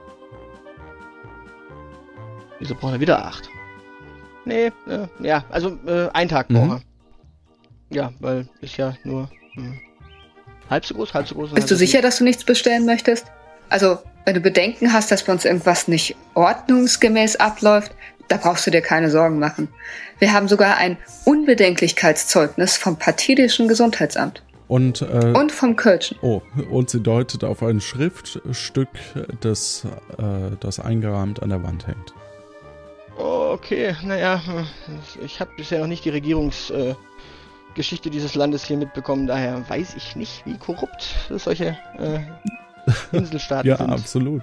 Wieso braucht er wieder acht? Nee, äh, ja, also äh, ein Tag braucht er. Mhm. Ja, weil ist ja nur hm, halb so groß, halb so groß. Bist du sicher, dass du nichts bestellen möchtest? Also, wenn du Bedenken hast, dass bei uns irgendwas nicht ordnungsgemäß abläuft, da brauchst du dir keine Sorgen machen. Wir haben sogar ein Unbedenklichkeitszeugnis vom Partidischen Gesundheitsamt. Und, äh, und vom Kölschen. Oh, und sie deutet auf ein Schriftstück, das, äh, das eingerahmt an der Wand hängt. Okay, naja, ich habe bisher noch nicht die Regierungsgeschichte äh, dieses Landes hier mitbekommen, daher weiß ich nicht, wie korrupt solche äh, Inselstaaten ja, sind. Ja, absolut.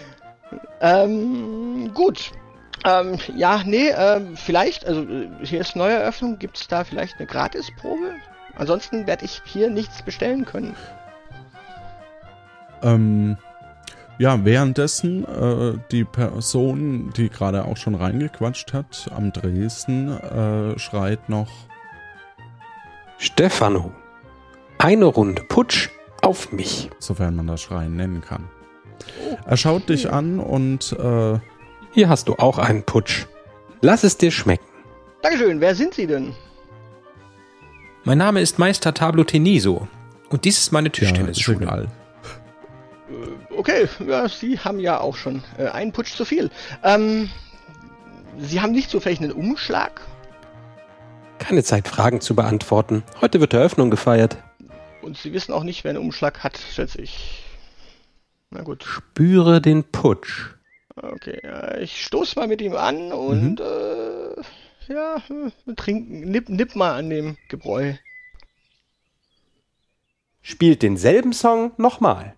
Ähm, gut. Ähm, ja, nee, äh, vielleicht, also hier ist Neueröffnung, gibt es da vielleicht eine Gratisprobe? Ansonsten werde ich hier nichts bestellen können. Ähm... Ja, währenddessen äh, die Person, die gerade auch schon reingequatscht hat, am Dresden, äh, schreit noch: Stefano, eine Runde Putsch auf mich. Sofern man das Schreien nennen kann. Er schaut dich an und äh, hier hast du auch einen Putsch. Lass es dir schmecken. Dankeschön, wer sind Sie denn? Mein Name ist Meister Tablo Teniso und dies ist meine Tischtennisschule. Ja, Okay, ja, Sie haben ja auch schon äh, einen Putsch zu viel. Ähm, Sie haben nicht zufällig einen Umschlag? Keine Zeit, Fragen zu beantworten. Heute wird Eröffnung gefeiert. Und Sie wissen auch nicht, wer einen Umschlag hat, schätze ich. Na gut. Spüre den Putsch. Okay, ja, ich stoß mal mit ihm an und mhm. äh, ja, trinken, nipp, nipp mal an dem Gebräu. Spielt denselben Song nochmal.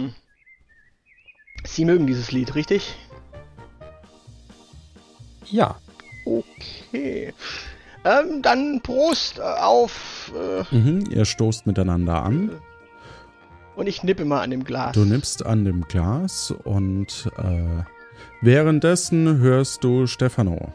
Sie mögen dieses Lied, richtig? Ja. Okay. Ähm, dann Prost auf... Äh, mhm, ihr stoßt miteinander an. Und ich nippe mal an dem Glas. Du nippst an dem Glas und äh, währenddessen hörst du Stefano.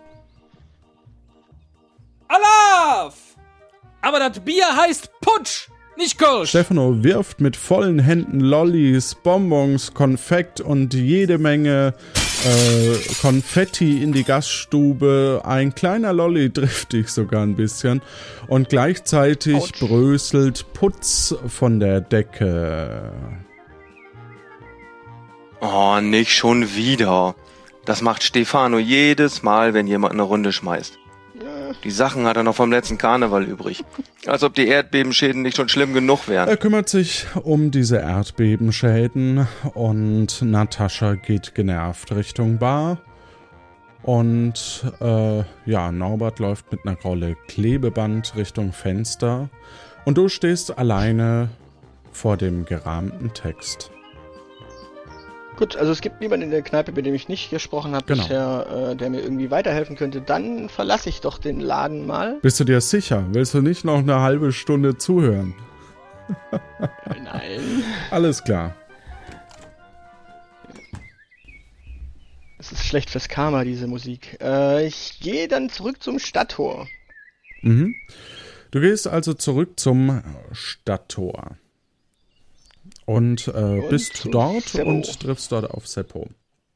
Alaf! Aber das Bier heißt Putsch! Nicht Kölsch. Stefano wirft mit vollen Händen Lollis, Bonbons, Konfekt und jede Menge äh, Konfetti in die Gaststube. Ein kleiner Lolli trifft dich sogar ein bisschen. Und gleichzeitig Ouch. bröselt Putz von der Decke. Oh, nicht schon wieder. Das macht Stefano jedes Mal, wenn jemand eine Runde schmeißt. Die Sachen hat er noch vom letzten Karneval übrig. Als ob die Erdbebenschäden nicht schon schlimm genug wären. Er kümmert sich um diese Erdbebenschäden und Natascha geht genervt Richtung Bar. Und äh, ja, Norbert läuft mit einer Rolle Klebeband Richtung Fenster. Und du stehst alleine vor dem gerahmten Text. Gut, also es gibt niemanden in der Kneipe, mit dem ich nicht gesprochen habe genau. bisher, äh, der mir irgendwie weiterhelfen könnte. Dann verlasse ich doch den Laden mal. Bist du dir sicher? Willst du nicht noch eine halbe Stunde zuhören? Nein. Alles klar. Es ist schlecht fürs Karma, diese Musik. Äh, ich gehe dann zurück zum Stadttor. Mhm. Du gehst also zurück zum Stadttor. Und, äh, und bist dort Seppo. und triffst dort auf Seppo.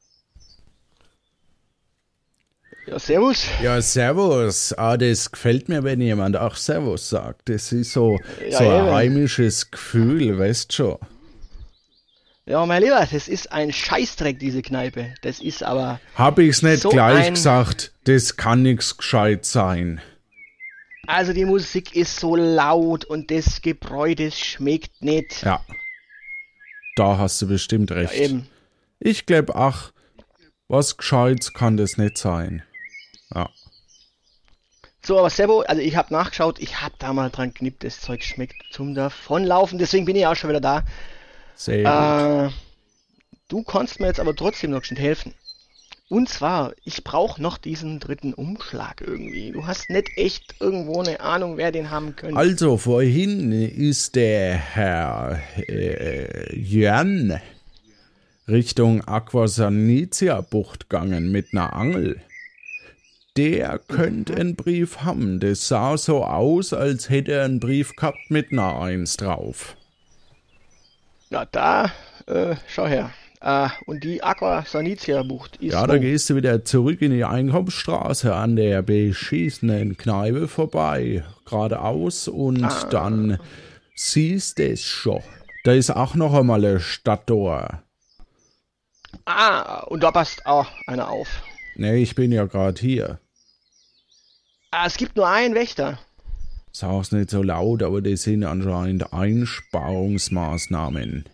Ja, servus. Ja, servus. Ah, das gefällt mir, wenn jemand auch servus sagt. Das ist so, ja, so ein eben. heimisches Gefühl, weißt schon. Ja, mein Lieber, das ist ein Scheißdreck, diese Kneipe. Das ist aber... Hab ich's nicht so gleich ein... gesagt, das kann nix gescheit sein. Also die Musik ist so laut und das Gebräu, das schmeckt nicht. Ja, da hast du bestimmt recht. Ja, eben. Ich glaub, ach, was Gescheites kann das nicht sein. Ja. So, aber Sebo, also ich habe nachgeschaut, ich habe da mal dran geknippt, das Zeug schmeckt zum Davonlaufen, deswegen bin ich auch schon wieder da. Sehr gut. Äh, du kannst mir jetzt aber trotzdem noch schon helfen. Und zwar, ich brauche noch diesen dritten Umschlag irgendwie. Du hast nicht echt irgendwo eine Ahnung, wer den haben könnte. Also, vorhin ist der Herr äh, Jörn Richtung Aquasanitia-Bucht gegangen mit einer Angel. Der könnte einen Brief haben. Das sah so aus, als hätte er einen Brief gehabt mit einer Eins drauf. Na da, äh, schau her. Äh, und die Aquasanitia-Bucht ist Ja, wo? da gehst du wieder zurück in die Einkaufsstraße an der beschissenen Kneipe vorbei. Geradeaus und Ah. dann siehst du es schon. Da ist auch noch einmal eine Stadttor. Ah, und da passt auch einer auf. Ne, ich bin ja gerade hier. Ah, es gibt nur einen Wächter. Sag's nicht so laut, aber das sind anscheinend Einsparungsmaßnahmen.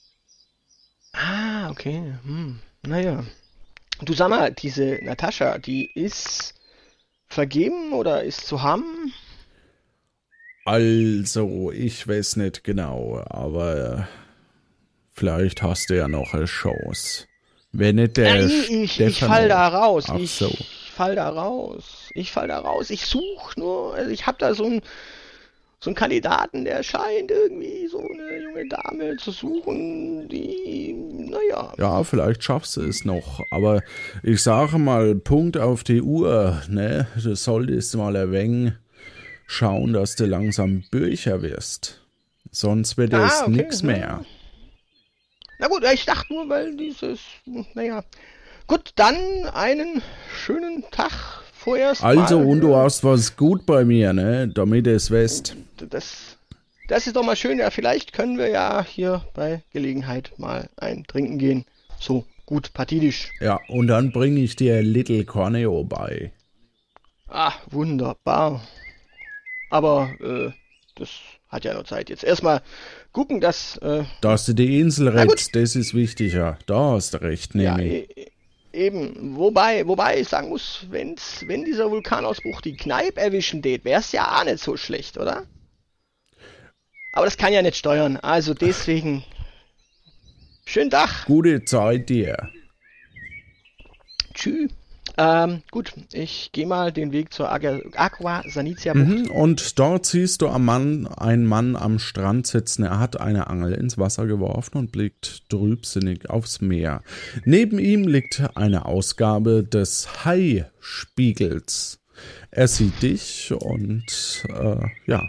Ah, okay. Hm. Naja. Du sag mal, diese Natascha, die ist vergeben oder ist zu haben? Also, ich weiß nicht genau, aber vielleicht hast du ja noch eine Chance. Wenn nicht der Nein, ich, ich Stefano. fall da raus. Ach ich so. fall da raus. Ich fall da raus. Ich suche nur, also ich habe da so einen so einen Kandidaten, der scheint irgendwie so eine junge Dame zu suchen, die, naja. Ja, vielleicht schaffst du es noch. Aber ich sage mal, Punkt auf die Uhr, ne? Du solltest mal ein wenig schauen, dass du langsam Bürcher wirst. Sonst wird Ah, es okay, nix ja. mehr. Na gut, ich dachte nur, weil dieses, naja. Gut, dann einen schönen Tag vorerst Also, mal. und du hast was gut bei mir, ne? Damit es weißt. Das, das ist doch mal schön. Ja, vielleicht können wir ja hier bei Gelegenheit mal ein Trinken gehen. So, gut, partidisch. Ja, und dann bringe ich dir Little Corneo bei. Ah, wunderbar. Aber, äh, das hat ja noch Zeit. Jetzt erstmal gucken, dass, äh, Dass du die Insel Na gut. rettest, das ist wichtiger. Da hast du recht, ja, Nemi. e eben, wobei, wobei ich sagen muss, wenn's, wenn dieser Vulkanausbruch die Kneipe erwischen tät, wär's ja auch nicht so schlecht, oder? Aber das kann ja nicht steuern, also deswegen, schönen Tag. Gute Zeit dir. Tschüss. Ähm, gut, ich gehe mal den Weg zur Aquasanitia-Bucht. Mhm, und dort siehst du am Mann, einen Mann am Strand sitzen. Er hat eine Angel ins Wasser geworfen und blickt trübsinnig aufs Meer. Neben ihm liegt eine Ausgabe des Hai-Spiegels. Er sieht dich und äh, ja.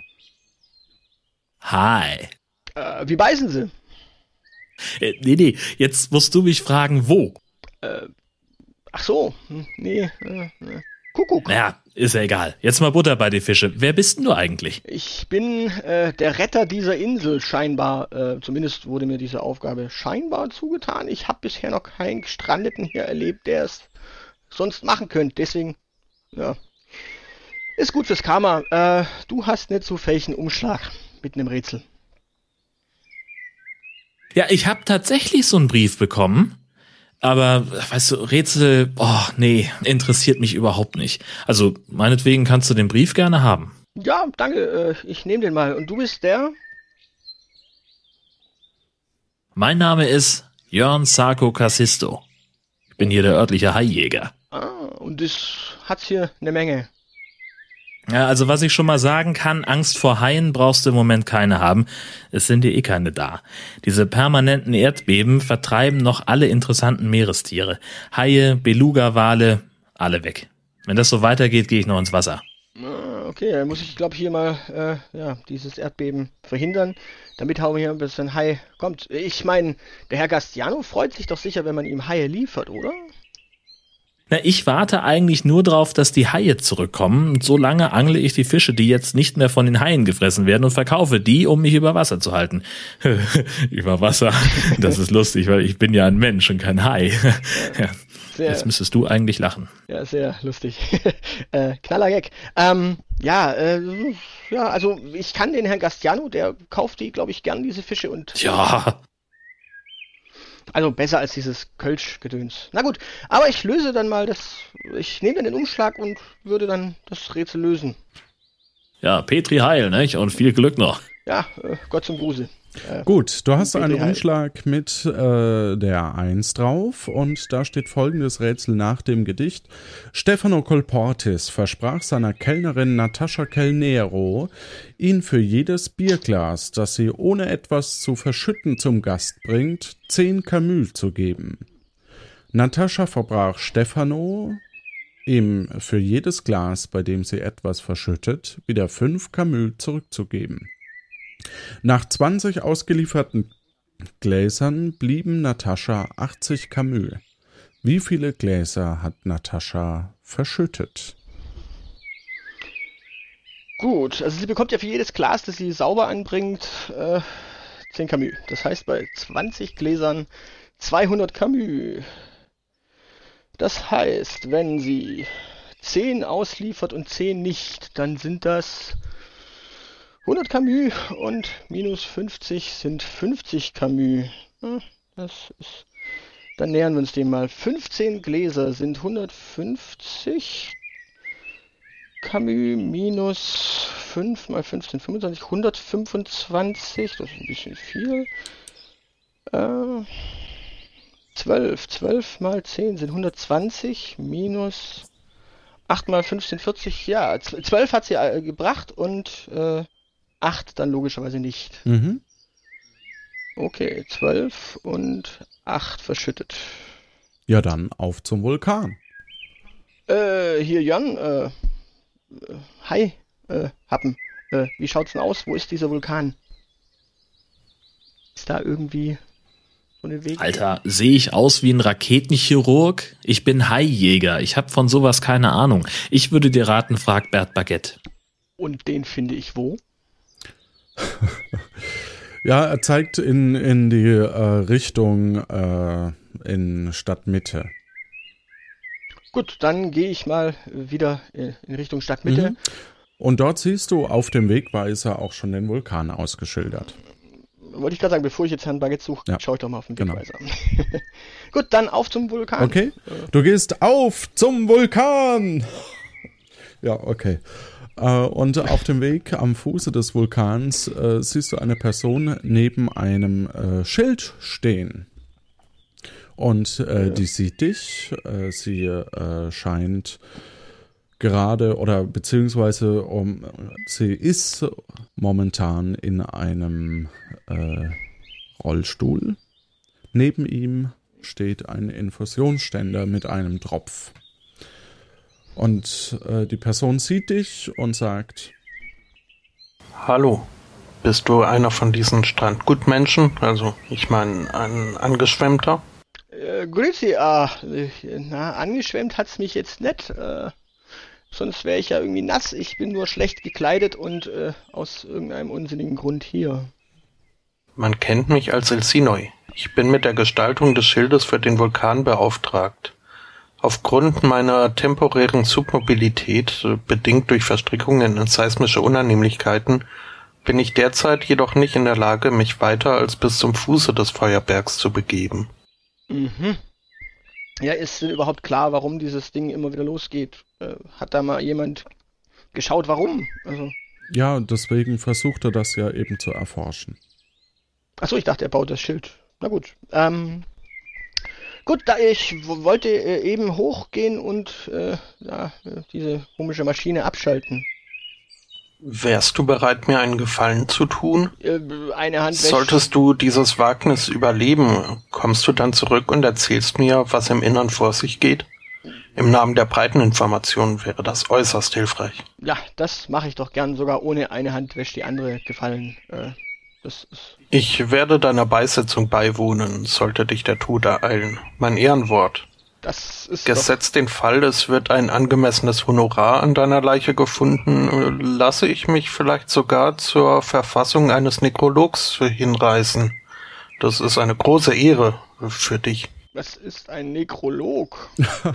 Hi. Äh, wie beißen Sie? Äh, nee, nee, jetzt musst du mich fragen, wo? Äh, ach so, hm, nee, äh, äh, Kuckuck. Naja, ist ja egal. Jetzt mal Butter bei die Fische. Wer bist denn du eigentlich? Ich bin äh, der Retter dieser Insel, scheinbar. Äh, zumindest wurde mir diese Aufgabe scheinbar zugetan. Ich habe bisher noch keinen Gestrandeten hier erlebt, der es sonst machen könnte. Deswegen, ja, ist gut fürs Karma. Äh, du hast nicht so fähigen Umschlag mit einem Rätsel. Ja, ich habe tatsächlich so einen Brief bekommen. Aber, weißt du, Rätsel, oh, nee, interessiert mich überhaupt nicht. Also, meinetwegen kannst du den Brief gerne haben. Ja, danke. Äh, ich nehme den mal. Und du bist der? Mein Name ist Jörn Sarko Kassisto. Ich bin hier der örtliche Haijäger. Ah, und das hat hier eine Menge. Ja, also was ich schon mal sagen kann, Angst vor Haien brauchst du im Moment keine haben. Es sind ja eh keine da. Diese permanenten Erdbeben vertreiben noch alle interessanten Meerestiere. Haie, Beluga-Wale, alle weg. Wenn das so weitergeht, gehe ich noch ins Wasser. Ah, okay, dann muss ich, glaube hier mal äh, ja, dieses Erdbeben verhindern, damit Hau hier ein bisschen Hai kommt. Ich meine, der Herr Gastiano freut sich doch sicher, wenn man ihm Haie liefert, oder? Na, ich warte eigentlich nur drauf, dass die Haie zurückkommen. Und so lange angle ich die Fische, die jetzt nicht mehr von den Haien gefressen werden, und verkaufe die, um mich über Wasser zu halten. Über Wasser, das ist lustig, weil ich bin ja ein Mensch und kein Hai. Ja. Sehr, jetzt müsstest du eigentlich lachen. Ja, sehr lustig. äh, knaller Gag. Ähm, ja, äh, ja, also ich kann den Herrn Gastiano, der kauft die, glaube ich, gern, diese Fische. Und ja. Also besser als dieses Kölsch-Gedöns. Na gut, aber ich löse dann mal das, ich nehme dann den Umschlag und würde dann das Rätsel lösen. Ja, Petri Heil, nicht? Und viel Glück noch. Ja, äh, Gott zum Gruße. Äh, Gut, du hast Petri einen Heil. Umschlag mit äh, der eins drauf und da steht folgendes Rätsel nach dem Gedicht. Stefano Colportis versprach seiner Kellnerin Natascha Kelnero, ihn für jedes Bierglas, das sie ohne etwas zu verschütten zum Gast bringt, zehn Camus zu geben. Natascha verbrach Stefano, ihm für jedes Glas, bei dem sie etwas verschüttet, wieder fünf Camus zurückzugeben. Nach zwanzig ausgelieferten Gläsern blieben Natascha achtzig Camus. Wie viele Gläser hat Natascha verschüttet? Gut, also sie bekommt ja für jedes Glas, das sie sauber anbringt, äh, zehn Camus. Das heißt bei zwanzig Gläsern zweihundert Camus. Das heißt, wenn sie zehn ausliefert und zehn nicht, dann sind das hundert Camus und minus fünfzig sind fünfzig Camus. Ja, das ist, dann nähern wir uns dem mal. fünfzehn Gläser sind hundertfünfzig Camus minus fünf mal fünfzehn, fünfundzwanzig, hundertfünfundzwanzig, das ist ein bisschen viel. Äh, zwölf, zwölf mal zehn sind hundertzwanzig minus acht mal fünfzehn, vierzig, ja, zwölf hat sie äh, gebracht und äh, acht dann logischerweise nicht. Mhm. Okay, zwölf und acht verschüttet. Ja, dann auf zum Vulkan. Äh, hier Jan, äh, äh hi, äh, Happen. Äh, wie schaut's denn aus? Wo ist dieser Vulkan? Ist da irgendwie so ein Weg? Alter, sehe ich aus wie ein Raketenchirurg? Ich bin Haijäger. Ich habe von sowas keine Ahnung. Ich würde dir raten, frag Bert Baguette. Und den finde ich wo? Ja, er zeigt in, in die äh, Richtung äh, in Stadtmitte. Gut, dann gehe ich mal wieder in Richtung Stadtmitte. Mhm. Und dort siehst du auf dem Wegweiser auch schon den Vulkan ausgeschildert. Wollte ich gerade sagen, bevor ich jetzt Herrn Baguette suche, ja. schaue ich doch mal auf den Genau. Wegweiser. Gut, dann auf zum Vulkan. Okay, du gehst auf zum Vulkan! Ja, okay. Und auf dem Weg am Fuße des Vulkans äh, siehst du eine Person neben einem äh, Schild stehen. Und äh, die sieht dich. Äh, sie äh, scheint gerade oder beziehungsweise um, sie ist momentan in einem äh, Rollstuhl. Neben ihm steht ein Infusionsständer mit einem Tropf. Und äh, die Person sieht dich und sagt: Hallo, bist du einer von diesen Strandgutmenschen? Also, ich meine, ein Angeschwemmter? Äh, grüezi, ah, na, angeschwemmt hat's mich jetzt nicht. Äh, sonst wäre ich ja irgendwie nass. Ich bin nur schlecht gekleidet und äh, aus irgendeinem unsinnigen Grund hier. Man kennt mich als Elsinoi. Ich bin mit der Gestaltung des Schildes für den Vulkan beauftragt. Aufgrund meiner temporären Submobilität, bedingt durch Verstrickungen in seismische Unannehmlichkeiten, bin ich derzeit jedoch nicht in der Lage, mich weiter als bis zum Fuße des Feuerbergs zu begeben. Mhm. Ja, ist denn überhaupt klar, warum dieses Ding immer wieder losgeht? Äh, hat da mal jemand geschaut, warum? Also. Ja, deswegen versucht er das ja eben zu erforschen. Achso, ich dachte, er baut das Schild. Na gut. Ähm, gut, da ich w- wollte äh, eben hochgehen und äh, ja, diese komische Maschine abschalten. Wärst du bereit, mir einen Gefallen zu tun? Äh, eine Hand wäscht. Solltest du dieses Wagnis überleben, kommst du dann zurück und erzählst mir, was im Innern vor sich geht? Im Namen der breiten Information wäre das äußerst hilfreich. Ja, das mache ich doch gern. Sogar ohne eine Hand wäscht die andere Gefallen. Äh, das ist... Ich werde deiner Beisetzung beiwohnen, sollte dich der Tod ereilen. Mein Ehrenwort. Das ist Gesetzt den Fall, es wird ein angemessenes Honorar an deiner Leiche gefunden, lasse ich mich vielleicht sogar zur Verfassung eines Nekrologs hinreißen. Das ist eine große Ehre für dich. Was ist ein Nekrolog?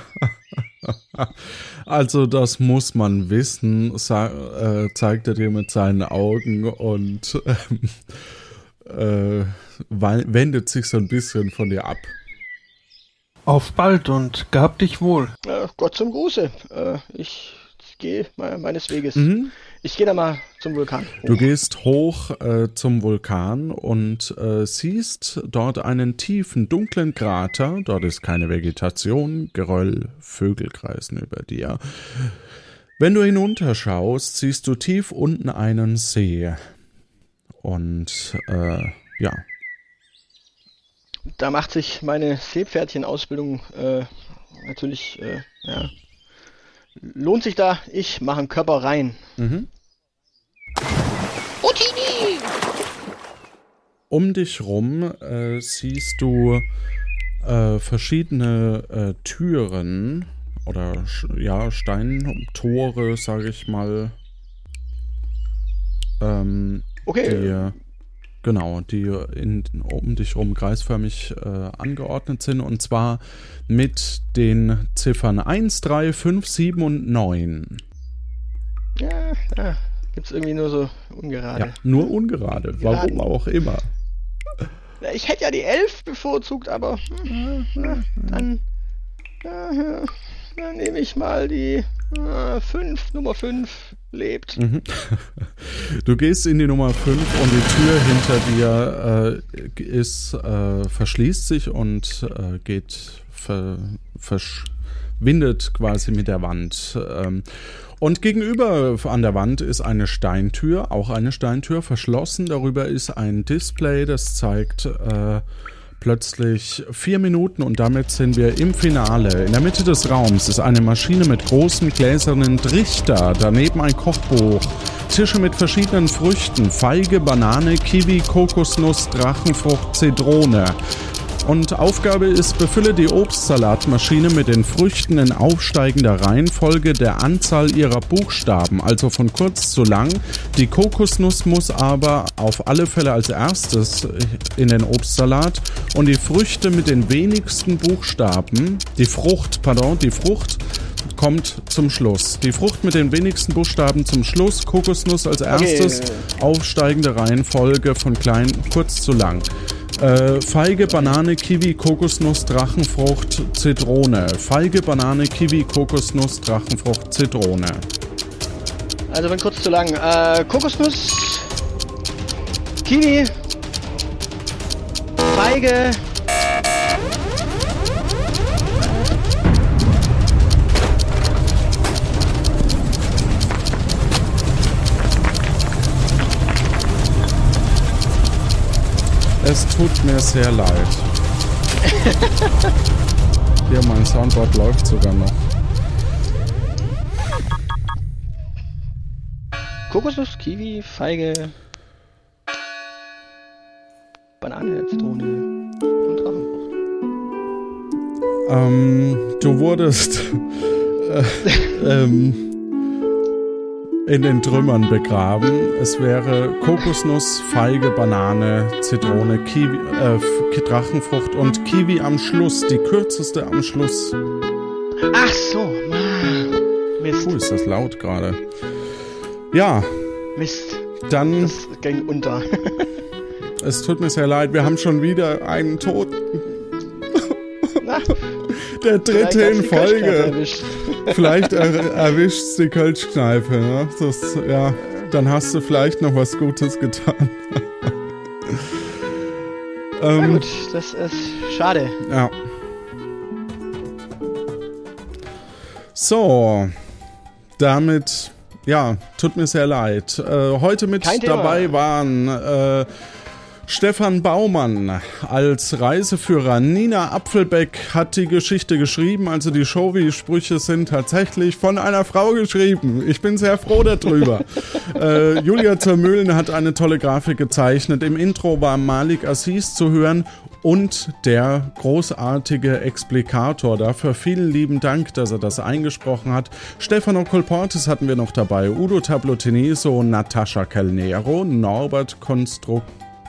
Also das muss man wissen, sa- äh, zeigt er dir mit seinen Augen und ähm, äh, wendet sich so ein bisschen von dir ab. Auf bald und gab dich wohl. Äh, Gott zum Gruße. Äh, ich gehe me- meines Weges. Mhm. Ich gehe da mal zum Vulkan. Hoch. Du gehst hoch äh, zum Vulkan und äh, siehst dort einen tiefen, dunklen Krater. Dort ist keine Vegetation, Geröll, Vögel kreisen über dir. Wenn du hinunterschaust, siehst du tief unten einen See. Und äh, ja. Da macht sich meine Seepferdchen-Ausbildung äh, natürlich, äh, ja, lohnt sich da. Ich mache einen Körper rein. Mhm. Utini! Um dich rum äh, siehst du äh, verschiedene äh, Türen oder ja, Steintore, sage ich mal. Ähm, okay. Die, genau, die in, um dich rum kreisförmig äh, angeordnet sind und zwar mit den Ziffern eins, drei, fünf, sieben und neun. Ja, ja. Gibt's irgendwie nur so ungerade. Ja, nur ungerade. Warum Geraden. auch immer. Na, ich hätte ja die elf bevorzugt, aber hm, na, dann, na, ja, dann nehme ich mal die fünf, Nummer fünf lebt. Mhm. Du gehst in die Nummer fünf und die Tür hinter dir äh, ist, äh, verschließt sich und äh, geht, ver, verschwindet quasi mit der Wand. Ähm, und gegenüber an der Wand ist eine Steintür, auch eine Steintür, verschlossen. Darüber ist ein Display, das zeigt äh, plötzlich vier Minuten und damit sind wir im Finale. In der Mitte des Raums ist eine Maschine mit großen gläsernen Trichter, daneben ein Kochbuch, Tische mit verschiedenen Früchten, Feige, Banane, Kiwi, Kokosnuss, Drachenfrucht, Zitrone. Und Aufgabe ist, befülle die Obstsalatmaschine mit den Früchten in aufsteigender Reihenfolge der Anzahl ihrer Buchstaben, also von kurz zu lang. Die Kokosnuss muss aber auf alle Fälle als erstes in den Obstsalat und die Früchte mit den wenigsten Buchstaben, die Frucht, pardon, die Frucht kommt zum Schluss. Die Frucht mit den wenigsten Buchstaben zum Schluss, Kokosnuss als erstes, okay. Aufsteigende Reihenfolge von klein, kurz zu lang. Äh, Feige, Banane, Kiwi, Kokosnuss, Drachenfrucht, Zitrone. Feige, Banane, Kiwi, Kokosnuss, Drachenfrucht, Zitrone. Also wenn kurz zu lang. Äh, Kokosnuss, Kiwi, Feige. Es tut mir sehr leid. Hier, mein Soundboard läuft sogar noch. Kokosnuss, Kiwi, Feige, Banane, Zitrone und Drachenfrucht. Ähm, du wurdest äh, ähm, in den Trümmern begraben. Es wäre Kokosnuss, Feige, Banane, Zitrone, Kiwi, äh, Drachenfrucht und Kiwi am Schluss, die kürzeste am Schluss. Ach so, Mann. Mist. Puh, ist das laut gerade. Ja. Mist. Dann. Das ging unter. Es tut mir sehr leid, wir haben schon wieder einen Toten. Na, der dritte in Folge. Vielleicht er, erwischt die Kölschkneipe. Ne? Das, ja, dann hast du vielleicht noch was Gutes getan. ähm, Na gut, das ist schade. Ja. So, damit, ja, tut mir sehr leid. Äh, heute mit dabei waren äh, Stefan Baumann als Reiseführer. Nina Apfelbeck hat die Geschichte geschrieben, also die Showy-Sprüche sind tatsächlich von einer Frau geschrieben. Ich bin sehr froh darüber. äh, Julia Zermühlen hat eine tolle Grafik gezeichnet. Im Intro war Malik Aziz zu hören und der großartige Explikator. Dafür vielen lieben Dank, dass er das eingesprochen hat. Stefano Colportes hatten wir noch dabei, Udo Tablotineso, Natascha Calnero, Norbert Konstru...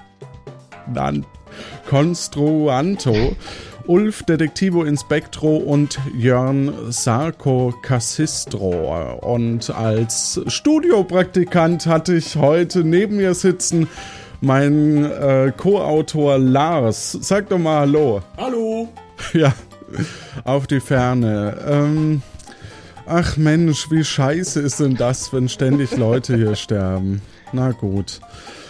Nan- Construanto, Ulf Detektivo Inspectro und Jörn Sarko Cassistro. Und als Studiopraktikant hatte ich heute neben mir sitzen mein äh, Co-Autor Lars. Sag doch mal Hallo. Hallo. Ja, auf die Ferne. Ähm, ach Mensch, wie scheiße ist denn das, wenn ständig Leute hier sterben? Na gut.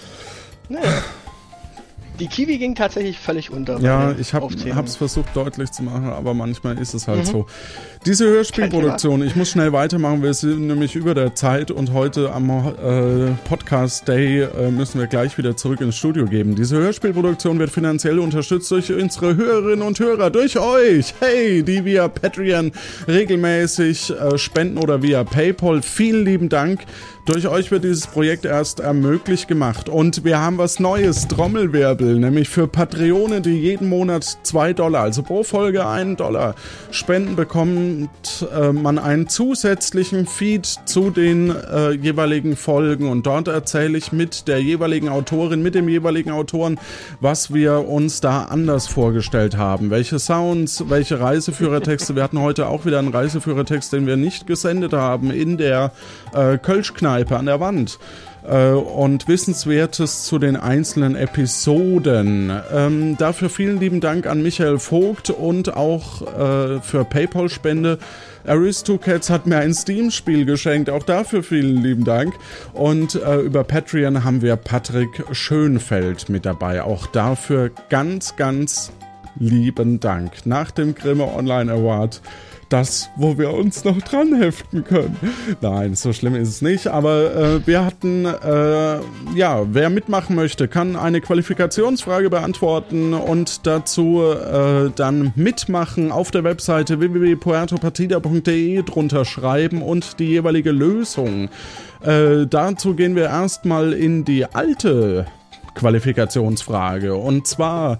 Naja. Die Kiwi ging tatsächlich völlig unter. Ja, ich habe es versucht deutlich zu machen, aber manchmal ist es halt mhm. so. Diese Hörspielproduktion, ich muss schnell weitermachen, wir sind nämlich über der Zeit und heute am äh, Podcast Day äh, müssen wir gleich wieder zurück ins Studio geben. Diese Hörspielproduktion wird finanziell unterstützt durch unsere Hörerinnen und Hörer, durch euch, hey, die via Patreon regelmäßig äh, spenden oder via PayPal. Vielen lieben Dank. Durch euch wird dieses Projekt erst ermöglicht gemacht. Und wir haben was Neues, Trommelwirbel, nämlich für Patreone, die jeden Monat zwei Dollar, also pro Folge einen Dollar spenden, bekommt äh, man einen zusätzlichen Feed zu den äh, jeweiligen Folgen. Und dort erzähle ich mit der jeweiligen Autorin, mit dem jeweiligen Autoren, was wir uns da anders vorgestellt haben. Welche Sounds, welche Reiseführertexte. Wir hatten heute auch wieder einen Reiseführertext, den wir nicht gesendet haben, in der äh, Kölschkneipe an der Wand. Äh, und Wissenswertes zu den einzelnen Episoden. Ähm, dafür vielen lieben Dank an Michael Vogt und auch äh, für PayPal-Spende. Aristocats hat mir ein Steam-Spiel geschenkt, auch dafür vielen lieben Dank. Und äh, über Patreon haben wir Patrick Schönfeld mit dabei. Auch dafür ganz, ganz lieben Dank. Nach dem Grimme Online Award das, wo wir uns noch dran heften können. Nein, so schlimm ist es nicht, aber äh, wir hatten, äh, ja, wer mitmachen möchte, kann eine Qualifikationsfrage beantworten und dazu äh, dann mitmachen auf der Webseite w w w punkt puerto partida punkt d e drunter schreiben und die jeweilige Lösung. Äh, dazu gehen wir erstmal in die alte Qualifikationsfrage und zwar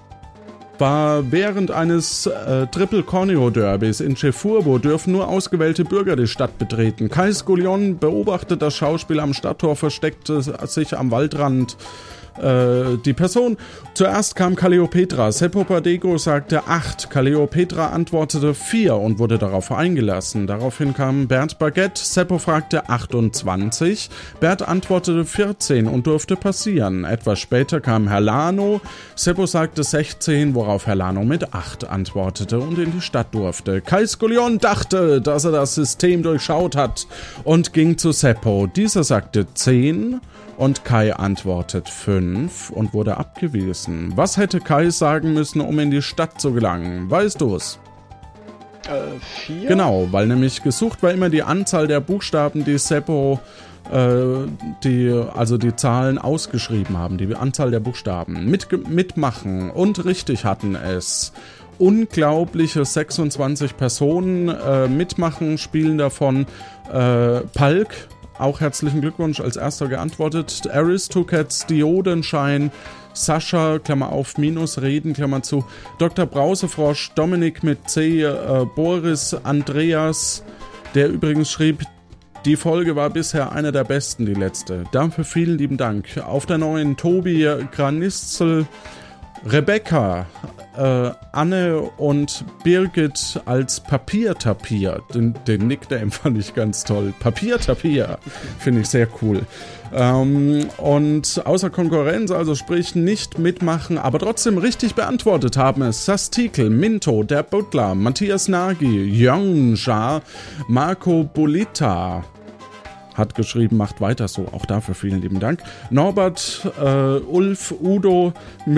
war während eines äh, Triple Corneo Derbys in Chefurbo dürfen nur ausgewählte Bürger die Stadt betreten. Kai Skullion beobachtet das Schauspiel am Stadttor, versteckte sich am Waldrand. Äh, die Person. Zuerst kam Calliopetra. Seppo Padego sagte acht. Calliopetra antwortete vier und wurde darauf eingelassen. Daraufhin kam Bert Baguette. Seppo fragte achtundzwanzig. Bert antwortete vierzehn und durfte passieren. Etwas später kam Herr Lano. Seppo sagte sechzehn, worauf Herr Lano mit acht antwortete und in die Stadt durfte. Kai Skullion dachte, dass er das System durchschaut hat und ging zu Seppo. Dieser sagte zehn. Und Kai antwortet fünf und wurde abgewiesen. Was hätte Kai sagen müssen, um in die Stadt zu gelangen? Weißt du's? Äh, vier? Genau, weil nämlich gesucht war immer die Anzahl der Buchstaben, die Seppo, äh, die, also die Zahlen ausgeschrieben haben, die Anzahl der Buchstaben. Mit, mitmachen und richtig hatten es unglaubliche sechsundzwanzig Personen äh, mitmachen, spielen davon äh, Palk. Auch herzlichen Glückwunsch, als erster geantwortet. Aristocats, Diodenschein, Sascha, Klammer auf, Minus, Reden, Klammer zu, Doktor Brausefrosch, Dominik mit C, äh, Boris, Andreas, der übrigens schrieb, die Folge war bisher eine der besten, die letzte. Dafür vielen lieben Dank. Auf der neuen Tobi, Granistzel, Rebecca, äh, Anne und Birgit als Papiertapir. Den, den Nickname fand ich ganz toll. Papiertapir finde ich sehr cool. Ähm, und außer Konkurrenz, also sprich nicht mitmachen, aber trotzdem richtig beantwortet haben es Sastikel, Minto, der Butler, Matthias Nagy, Jongja, Marco Bolita hat geschrieben, macht weiter so. Auch dafür vielen lieben Dank. Norbert, äh, Ulf, Udo,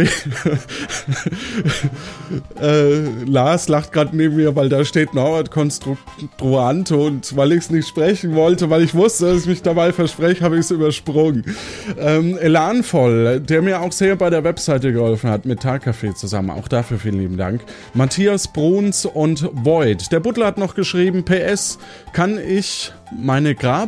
äh, Lars lacht gerade neben mir, weil da steht Norbert Construanto und weil ich es nicht sprechen wollte, weil ich wusste, dass ich mich dabei verspreche, habe ich es übersprungen. Ähm, Elanvoll, der mir auch sehr bei der Webseite geholfen hat, mit Tagcafé zusammen. Auch dafür vielen lieben Dank. Matthias Bruns und Void. Der Butler hat noch geschrieben, P S, kann ich meine Grabungshelfer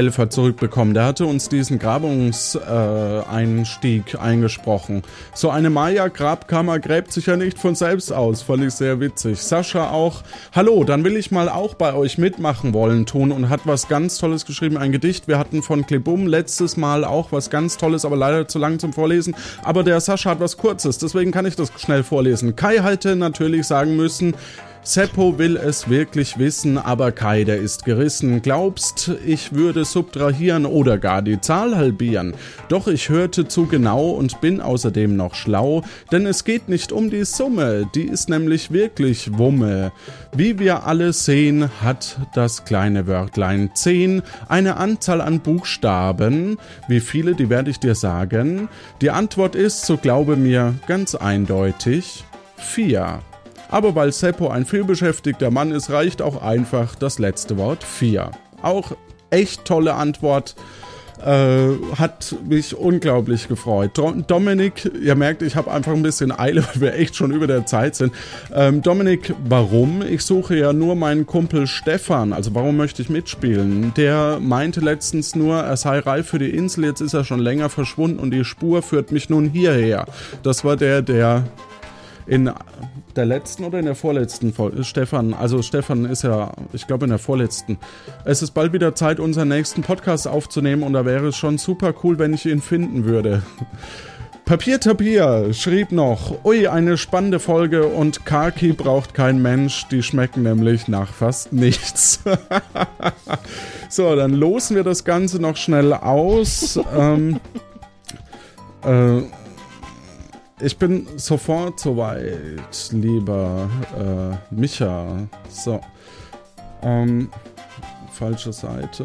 Helfer zurückbekommen. Der hatte uns diesen Grabungseinstieg äh, eingesprochen. So eine Maya-Grabkammer gräbt sich ja nicht von selbst aus. Fand ich sehr witzig. Sascha auch. Hallo, dann will ich mal auch bei euch mitmachen wollen tun und hat was ganz Tolles geschrieben. Ein Gedicht. Wir hatten von Klebum letztes Mal auch was ganz Tolles, aber leider zu lang zum Vorlesen. Aber der Sascha hat was Kurzes, deswegen kann ich das schnell vorlesen. Kai hätte natürlich sagen müssen, Seppo will es wirklich wissen, aber Kai, der ist gerissen. Glaubst, ich würde subtrahieren oder gar die Zahl halbieren? Doch ich hörte zu genau und bin außerdem noch schlau, denn es geht nicht um die Summe, die ist nämlich wirklich Wumme. Wie wir alle sehen, hat das kleine Wörtlein zehn eine Anzahl an Buchstaben. Wie viele, die werde ich dir sagen. Die Antwort ist, so glaube mir, ganz eindeutig, vier. Aber weil Seppo ein vielbeschäftigter Mann ist, reicht auch einfach das letzte Wort vier. Auch echt tolle Antwort, äh, hat mich unglaublich gefreut. Dominik, ihr merkt, ich habe einfach ein bisschen Eile, weil wir echt schon über der Zeit sind. Ähm, Dominik, warum? Ich suche ja nur meinen Kumpel Stefan, also warum möchte ich mitspielen? Der meinte letztens nur, er sei reif für die Insel, jetzt ist er schon länger verschwunden und die Spur führt mich nun hierher. Das war der, der in der letzten oder in der vorletzten Folge, Stefan, also Stefan ist ja, ich glaube in der vorletzten. Es ist bald wieder Zeit, unseren nächsten Podcast aufzunehmen und da wäre es schon super cool, wenn ich ihn finden würde. Papier Tapier schrieb noch, ui, eine spannende Folge und Kaki braucht kein Mensch, die schmecken nämlich nach fast nichts. So, dann losen wir das Ganze noch schnell aus. ähm, äh, Ich bin sofort soweit, lieber äh, Micha. So. Ähm, falsche Seite.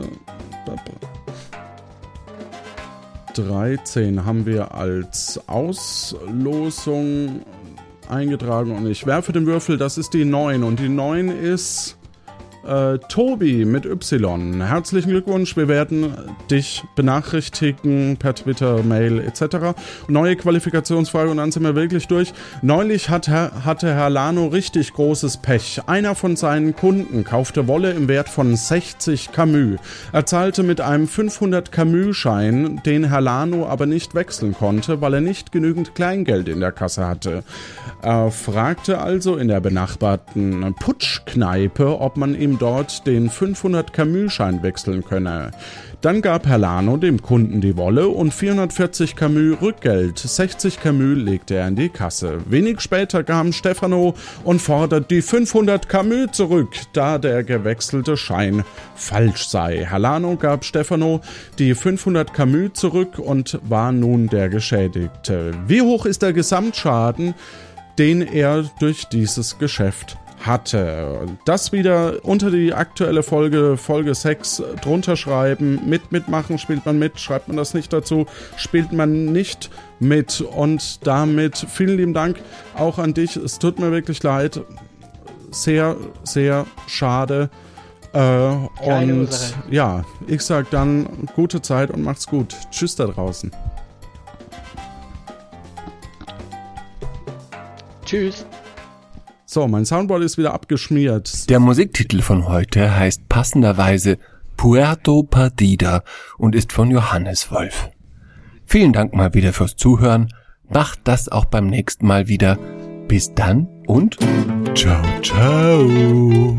dreizehn haben wir als Auslosung eingetragen und ich werfe den Würfel, das ist die neun und die neun ist Äh, Tobi mit Y. Herzlichen Glückwunsch, wir werden dich benachrichtigen per Twitter, Mail et cetera. Neue Qualifikationsfrage und dann sind wir wirklich durch. Neulich hat Herr, hatte Herr Lano richtig großes Pech. Einer von seinen Kunden kaufte Wolle im Wert von sechzig Camus. Er zahlte mit einem fünfhundert Camus-Schein, den Herr Lano aber nicht wechseln konnte, weil er nicht genügend Kleingeld in der Kasse hatte. Er fragte also in der benachbarten Putschkneipe, ob man ihm dort den fünfhundert Camus-Schein wechseln könne. Dann gab Herr Lano dem Kunden die Wolle und vierhundertvierzig Camus Rückgeld. sechzig Camus legte er in die Kasse. Wenig später kam Stefano und fordert die fünfhundert Camus zurück, da der gewechselte Schein falsch sei. Herr Lano gab Stefano die fünfhundert Camus zurück und war nun der Geschädigte. Wie hoch ist der Gesamtschaden, den er durch dieses Geschäft hatte? Das wieder unter die aktuelle Folge, Folge sechs, drunter schreiben. Mit mitmachen, spielt man mit, schreibt man das nicht dazu, spielt man nicht mit. Und damit vielen lieben Dank auch an dich. Es tut mir wirklich leid. Sehr, sehr schade. Äh, und Ursache. Ja, ich sag dann gute Zeit und macht's gut. Tschüss da draußen. Tschüss. So, mein Soundboard ist wieder abgeschmiert. Der Musiktitel von heute heißt passenderweise Puerto Partida und ist von Johannes Wolf. Vielen Dank mal wieder fürs Zuhören. Macht das auch beim nächsten Mal wieder. Bis dann und ciao, ciao.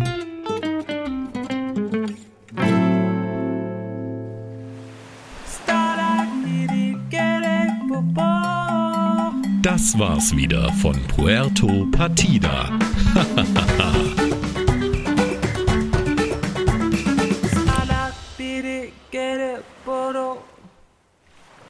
Das war's wieder von Puerto Partida.